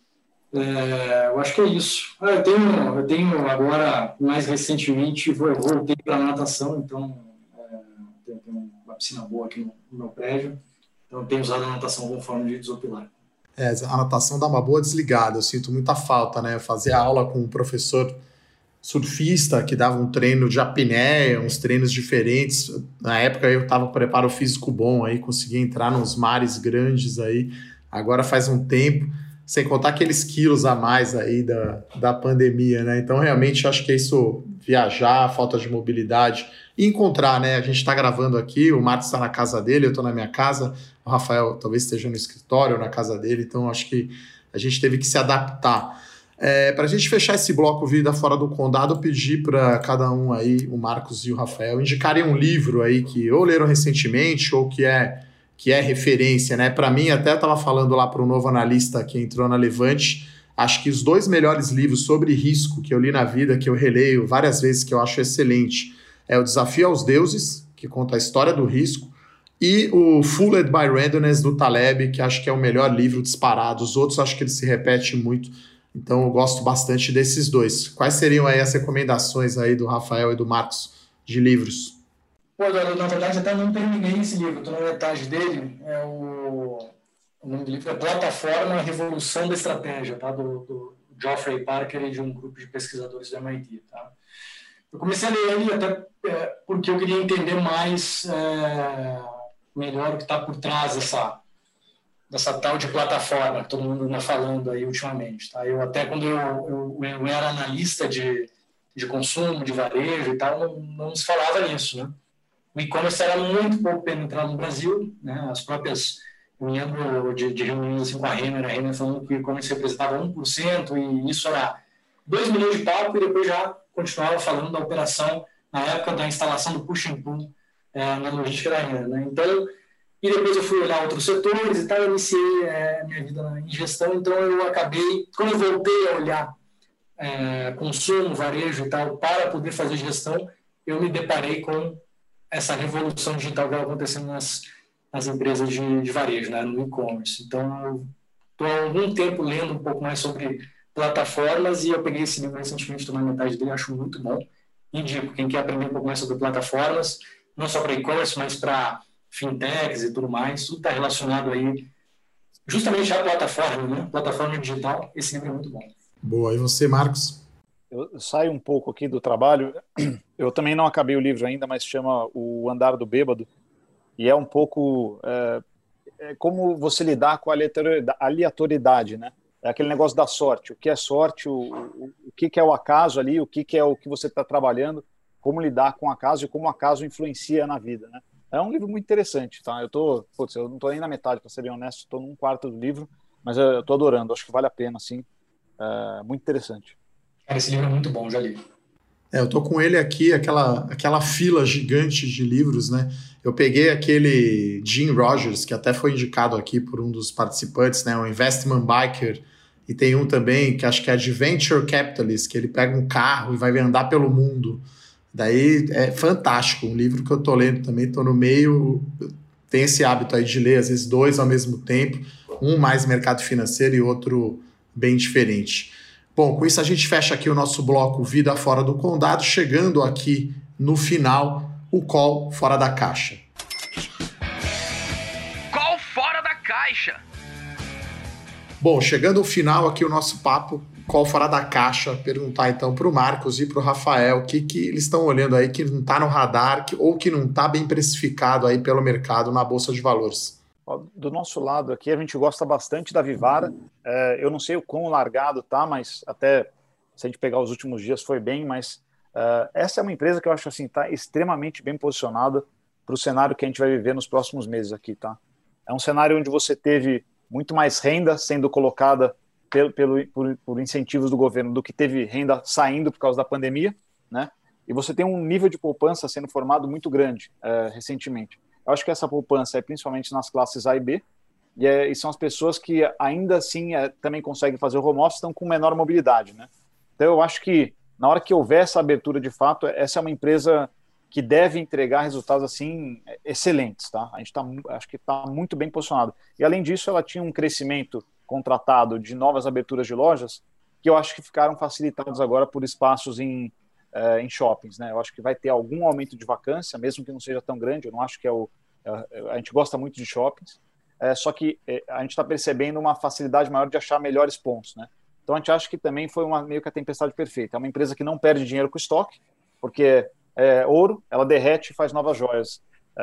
Eu acho que é isso. Eu tenho agora, mais recentemente, voltei para a natação, então tem uma piscina boa aqui no meu prédio, então eu tenho usado a natação como forma de desopilar. A natação dá uma boa desligada, eu sinto muita falta, né? Eu fazia aula com um professor surfista que dava um treino de apneia, uns treinos diferentes. Na época eu estava com preparo físico bom, aí conseguia entrar nos mares grandes aí, agora faz um tempo. Sem contar aqueles quilos a mais aí da pandemia, né? Então, realmente, acho que é isso, viajar, falta de mobilidade e encontrar, né? A gente está gravando aqui, o Marcos está na casa dele, eu estou na minha casa, o Rafael talvez esteja no escritório ou na casa dele, então acho que a gente teve que se adaptar. Para a gente fechar esse bloco Vida Fora do Condado, eu pedi para cada um aí, o Marcos e o Rafael, indicarem um livro aí que ou leram recentemente ou que é referência, né? Para mim, até estava falando lá para o novo analista que entrou na Levante, acho que os 2 melhores livros sobre risco que eu li na vida, que eu releio várias vezes, que eu acho excelente, é O Desafio aos Deuses, que conta a história do risco, e o Fooled by Randomness, do Taleb, que acho que é o melhor livro disparado. Os outros acho que ele se repete muito, então eu gosto bastante desses 2. Quais seriam aí as recomendações aí do Rafael e do Marcos de livros? Pô, na verdade, até não terminei esse livro, estou na metade dele. O nome do livro é Plataforma, Revolução da Estratégia, tá? Do Geoffrey Parker e de um grupo de pesquisadores do MIT. Tá? Eu comecei a ler ele até porque eu queria entender melhor o que está por trás dessa tal de plataforma que todo mundo anda falando aí ultimamente. Tá? Quando eu era analista de consumo, de varejo e tal, não se falava nisso, né? O e-commerce era muito pouco penetrado no Brasil, né? Eu me lembro de reuniões assim, com a Renner falando que o e-commerce representava 1%, e isso era 2 milhões de papo, e depois já continuava falando da operação, na época da instalação do push and pull na logística da Renner. Né? Então, e depois eu fui olhar outros setores e tal, eu iniciei minha vida em gestão, então eu acabei, quando eu voltei a olhar consumo, varejo e tal, para poder fazer gestão, eu me deparei com essa revolução digital que está acontecendo nas empresas de varejo, né, no e-commerce. Então, eu estou há algum tempo lendo um pouco mais sobre plataformas e eu peguei esse livro recentemente, estou na metade dele, acho muito bom. Indico, quem quer aprender um pouco mais sobre plataformas, não só para e-commerce, mas para fintechs e tudo mais, tudo está relacionado aí justamente à plataforma, né? Plataforma digital, esse livro é muito bom. Boa, e você, Marcos? Eu saio um pouco aqui do trabalho, eu também não acabei o livro ainda, mas chama O Andar do Bêbado, e é um pouco como você lidar com a aleatoriedade, né? É aquele negócio da sorte, o que é sorte, o que é o acaso ali, o que é o que você está trabalhando, como lidar com o acaso e como o acaso influencia na vida, né? É um livro muito interessante, tá? Eu não estou nem na metade, para ser bem honesto, estou num quarto do livro, mas eu estou adorando, acho que vale a pena, assim, muito interessante. Cara, esse livro é muito bom, já li. Eu tô com ele aqui, aquela fila gigante de livros, né? Eu peguei aquele Jim Rogers, que até foi indicado aqui por um dos participantes, né? O Investment Biker, e tem um também que acho que é Adventure Capitalist, que ele pega um carro e vai andar pelo mundo. Daí é fantástico, um livro que eu tô lendo também, tô no meio, tem esse hábito aí de ler, às vezes, dois ao mesmo tempo, um mais mercado financeiro e outro bem diferente. Bom, com isso a gente fecha aqui o nosso bloco Vida Fora do Condado, chegando aqui no final, o Call Fora da Caixa. Call Fora da Caixa. Bom, chegando ao final aqui o nosso papo, Call Fora da Caixa, perguntar então para o Marcos e para o Rafael o que eles estão olhando aí que não está no radar ou que não está bem precificado aí pelo mercado na Bolsa de Valores. Do nosso lado aqui, a gente gosta bastante da Vivara. Eu não sei o quão largado tá, mas até se a gente pegar os últimos dias foi bem, mas essa é uma empresa que eu acho assim, tá extremamente bem posicionada para o cenário que a gente vai viver nos próximos meses aqui, tá? É um cenário onde você teve muito mais renda sendo colocada por incentivos do governo do que teve renda saindo por causa da pandemia, né? E você tem um nível de poupança sendo formado muito grande recentemente. Eu acho que essa poupança é principalmente nas classes A e B, e são as pessoas que ainda assim também conseguem fazer o home office, estão com menor mobilidade, né? Então eu acho que na hora que houver essa abertura de fato, essa é uma empresa que deve entregar resultados assim excelentes, tá? A gente acho que está muito bem posicionado. E além disso, ela tinha um crescimento contratado de novas aberturas de lojas que eu acho que ficaram facilitados agora por espaços em shoppings, né? Eu acho que vai ter algum aumento de vacância, mesmo que não seja tão grande. Eu não acho que a gente gosta muito de shoppings, só que a gente está percebendo uma facilidade maior de achar melhores pontos, né? Então a gente acha que também foi meio que a tempestade perfeita. É uma empresa que não perde dinheiro com estoque, porque ouro, ela derrete e faz novas joias.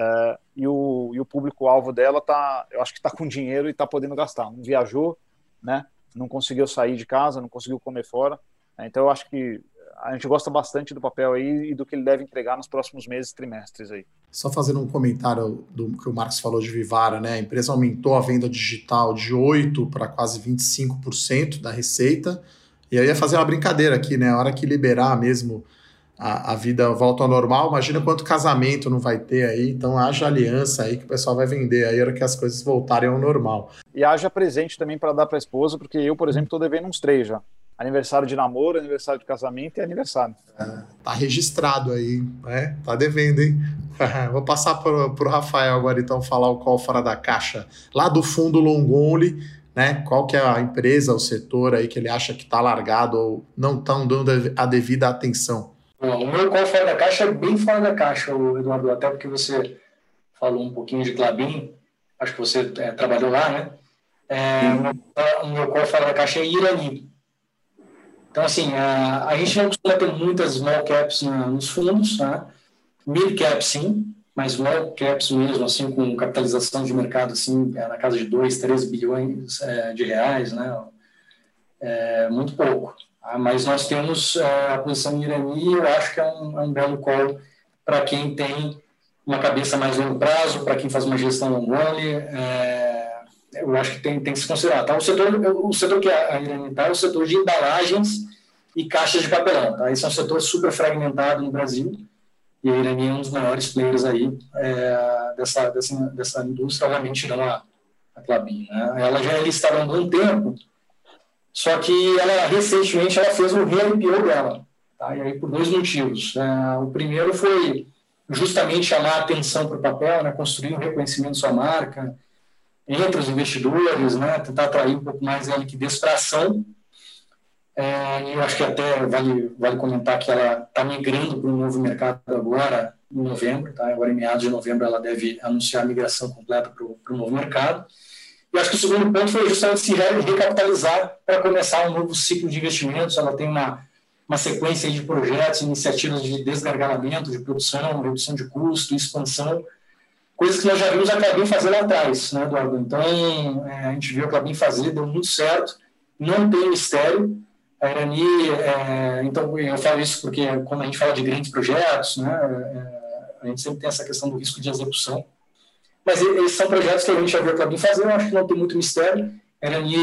E o público-alvo dela eu acho que está com dinheiro e está podendo gastar. Não viajou, né? Não conseguiu sair de casa, não conseguiu comer fora. Então eu acho que a gente gosta bastante do papel aí e do que ele deve entregar nos próximos meses, trimestres aí. Só fazendo um comentário do que o Marcos falou de Vivara, né? A empresa aumentou a venda digital de 8% para quase 25% da receita. E eu ia fazer uma brincadeira aqui, né? A hora que liberar mesmo a vida volta ao normal, imagina quanto casamento não vai ter aí. Então haja aliança aí que o pessoal vai vender aí a hora que as coisas voltarem ao normal. E haja presente também para dar para a esposa, porque eu, por exemplo, estou devendo uns 3 já. Aniversário de namoro, aniversário de casamento e aniversário. Tá registrado aí, né? Tá devendo, hein? Vou passar pro Rafael agora, então, falar o Call Fora da Caixa. Lá do fundo long only, né? Qual que é a empresa, o setor aí que ele acha que tá largado ou não estão dando a devida atenção? Bom, o meu Call Fora da Caixa é bem fora da caixa, Eduardo, até porque você falou um pouquinho de Klabin, acho que você trabalhou lá, né? O meu Call Fora da Caixa é Irani. Então, assim, a gente não costuma ter muitas small caps nos fundos, tá? Mid cap, sim, mas small caps mesmo, assim, com capitalização de mercado, assim, na casa de 2, 3 bilhões de reais, né? Muito pouco. Tá? Mas nós temos a posição em Irani e eu acho que é um belo call para quem tem uma cabeça mais longo prazo, para quem faz uma gestão long only, eu acho que tem que se considerar. Tá? O setor que a Irani está é o setor de embalagens e caixas de papelão. Tá? Esse é um setor super fragmentado no Brasil e a Irani é um dos maiores players aí dessa indústria, obviamente não a Klabin. Né? Ela já é listada há um bom tempo, só que recentemente ela fez um re-IPO dela. Tá? E aí por 2 motivos. O primeiro foi justamente chamar a atenção para o papel, né? Construir um reconhecimento de sua marca entre os investidores, né? Tentar atrair um pouco mais a liquidez para a ação. Eu acho que até vale comentar que ela está migrando para um novo mercado agora, em novembro. Tá? Agora, em meados de novembro, ela deve anunciar a migração completa para o novo mercado. E acho que o segundo ponto foi justamente se recapitalizar para começar um novo ciclo de investimentos. Ela tem uma sequência de projetos, iniciativas de desgargalamento, de produção, redução de custo, expansão, coisas que nós já vimos a Klabin fazer lá atrás, né, Eduardo? Então, a gente viu a Klabin fazer, deu muito certo, não tem mistério. A Irani, então eu falo isso porque quando a gente fala de grandes projetos, né, a gente sempre tem essa questão do risco de execução. Mas esses são projetos que a gente já viu a Klabin fazer, eu acho que não tem muito mistério. A Irani,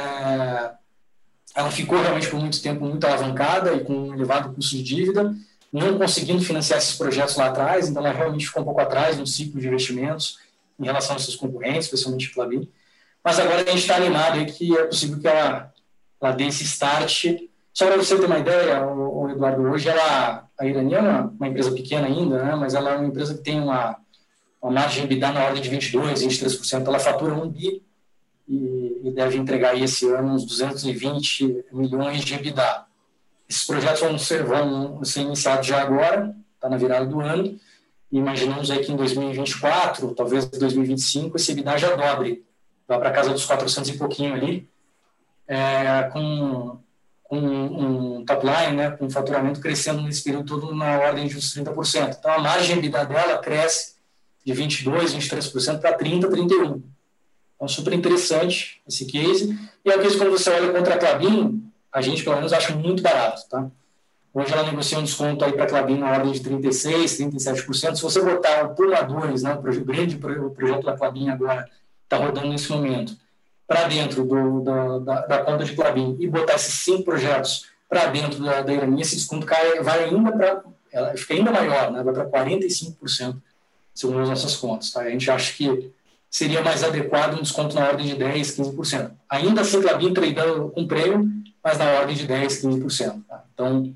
ela ficou realmente por muito tempo muito alavancada e com um elevado custo de dívida, não conseguindo financiar esses projetos lá atrás, então ela realmente ficou um pouco atrás no ciclo de investimentos em relação aos seus concorrentes, especialmente a Klabin. Mas agora a gente está animado aí que é possível que ela dê esse start. Só para você ter uma ideia, Eduardo, hoje a Irani é uma empresa pequena ainda, né, mas ela é uma empresa que tem uma uma margem de EBITDA na ordem de 22%, 23%. Ela fatura 1 bi e deve entregar aí esse ano uns 220 milhões de EBITDA. Esses projetos vão ser iniciados já agora, está na virada do ano, e imaginamos aí que em 2024, talvez 2025, esse EBITDA já dobre, vai para casa dos 400 e pouquinho ali, com um top line, né, com um faturamento crescendo nesse período todo na ordem de uns 30%. Então, a margem de EBITDA dela cresce de 22%, 23% para 30%, 31%. Então, super interessante esse case. E é um case, quando você olha contra a Klabin, a gente, pelo menos, acha muito barato. Tá? Hoje ela negocia um desconto para a Klabin na ordem de 36%, 37%. Se você botar o Puma 2, né, o grande projeto da Klabin agora, está rodando nesse momento, para dentro da conta de Klabin e botar esses 5 projetos para dentro da Irani, esse desconto vai ainda fica ainda maior, né? Vai para 45%, segundo as nossas contas. Tá? A gente acha que seria mais adequado um desconto na ordem de 10%, 15%. Ainda assim, Klabin tradando com prêmio, mas na ordem de 10%, 15%. Tá? Então,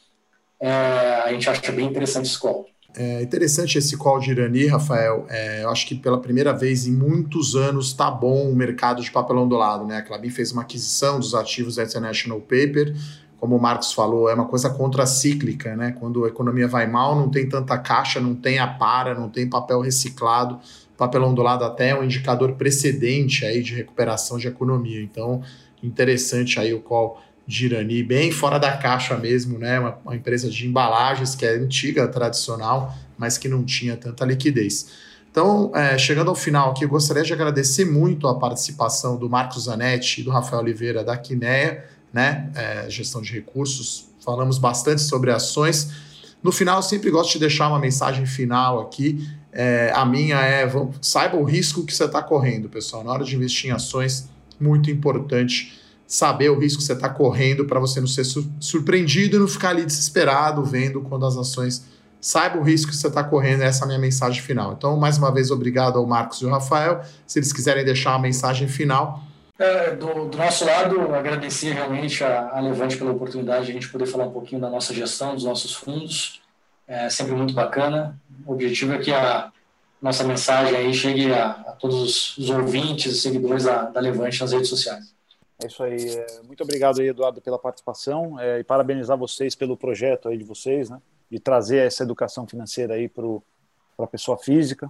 a gente acha bem interessante esse call. É interessante esse call de Irani, Rafael. Eu acho que pela primeira vez em muitos anos está bom o mercado de papel ondulado, né? A Klabin fez uma aquisição dos ativos da International Paper. Como o Marcos falou, é uma coisa contracíclica, né? Quando a economia vai mal, não tem tanta caixa, não tem não tem papel reciclado. Papel ondulado até é um indicador precedente aí de recuperação de economia. Então, interessante aí o call de Irani, bem fora da caixa mesmo, né? Uma empresa de embalagens que é antiga, tradicional, mas que não tinha tanta liquidez. Então, chegando ao final aqui, eu gostaria de agradecer muito a participação do Marcos Zanetti e do Rafael Oliveira da Kinea, né? Gestão de recursos. Falamos bastante sobre ações. No final, eu sempre gosto de deixar uma mensagem final aqui. A minha saiba o risco que você está correndo, pessoal. Na hora de investir em ações, muito importante saber o risco que você está correndo para você não ser surpreendido e não ficar ali desesperado vendo quando as ações... Saiba o risco que você está correndo, essa é a minha mensagem final. Então, mais uma vez, obrigado ao Marcos e ao Rafael. Se eles quiserem deixar uma mensagem final... Do nosso lado, agradecer realmente a Levante pela oportunidade de a gente poder falar um pouquinho da nossa gestão, dos nossos fundos. É sempre muito bacana. O objetivo é que a nossa mensagem aí chegue a todos os ouvintes e seguidores da Levante nas redes sociais. É isso aí. Muito obrigado aí, Eduardo, pela participação e parabenizar vocês pelo projeto aí de vocês, né, de trazer essa educação financeira aí para a pessoa física.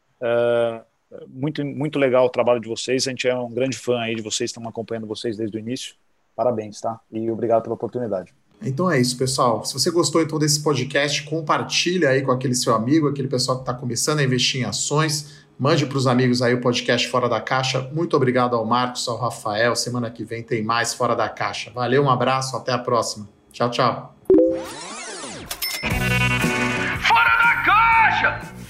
Muito, muito legal o trabalho de vocês. A gente é um grande fã aí de vocês, estamos acompanhando vocês desde o início. Parabéns, tá? E obrigado pela oportunidade. Então é isso, pessoal. Se você gostou então desse podcast, compartilha aí com aquele seu amigo, aquele pessoal que está começando a investir em ações. Mande para os amigos aí o podcast Fora da Caixa. Muito obrigado ao Marcos, ao Rafael. Semana que vem tem mais Fora da Caixa. Valeu, um abraço, até a próxima. Tchau, tchau. Fora da Caixa!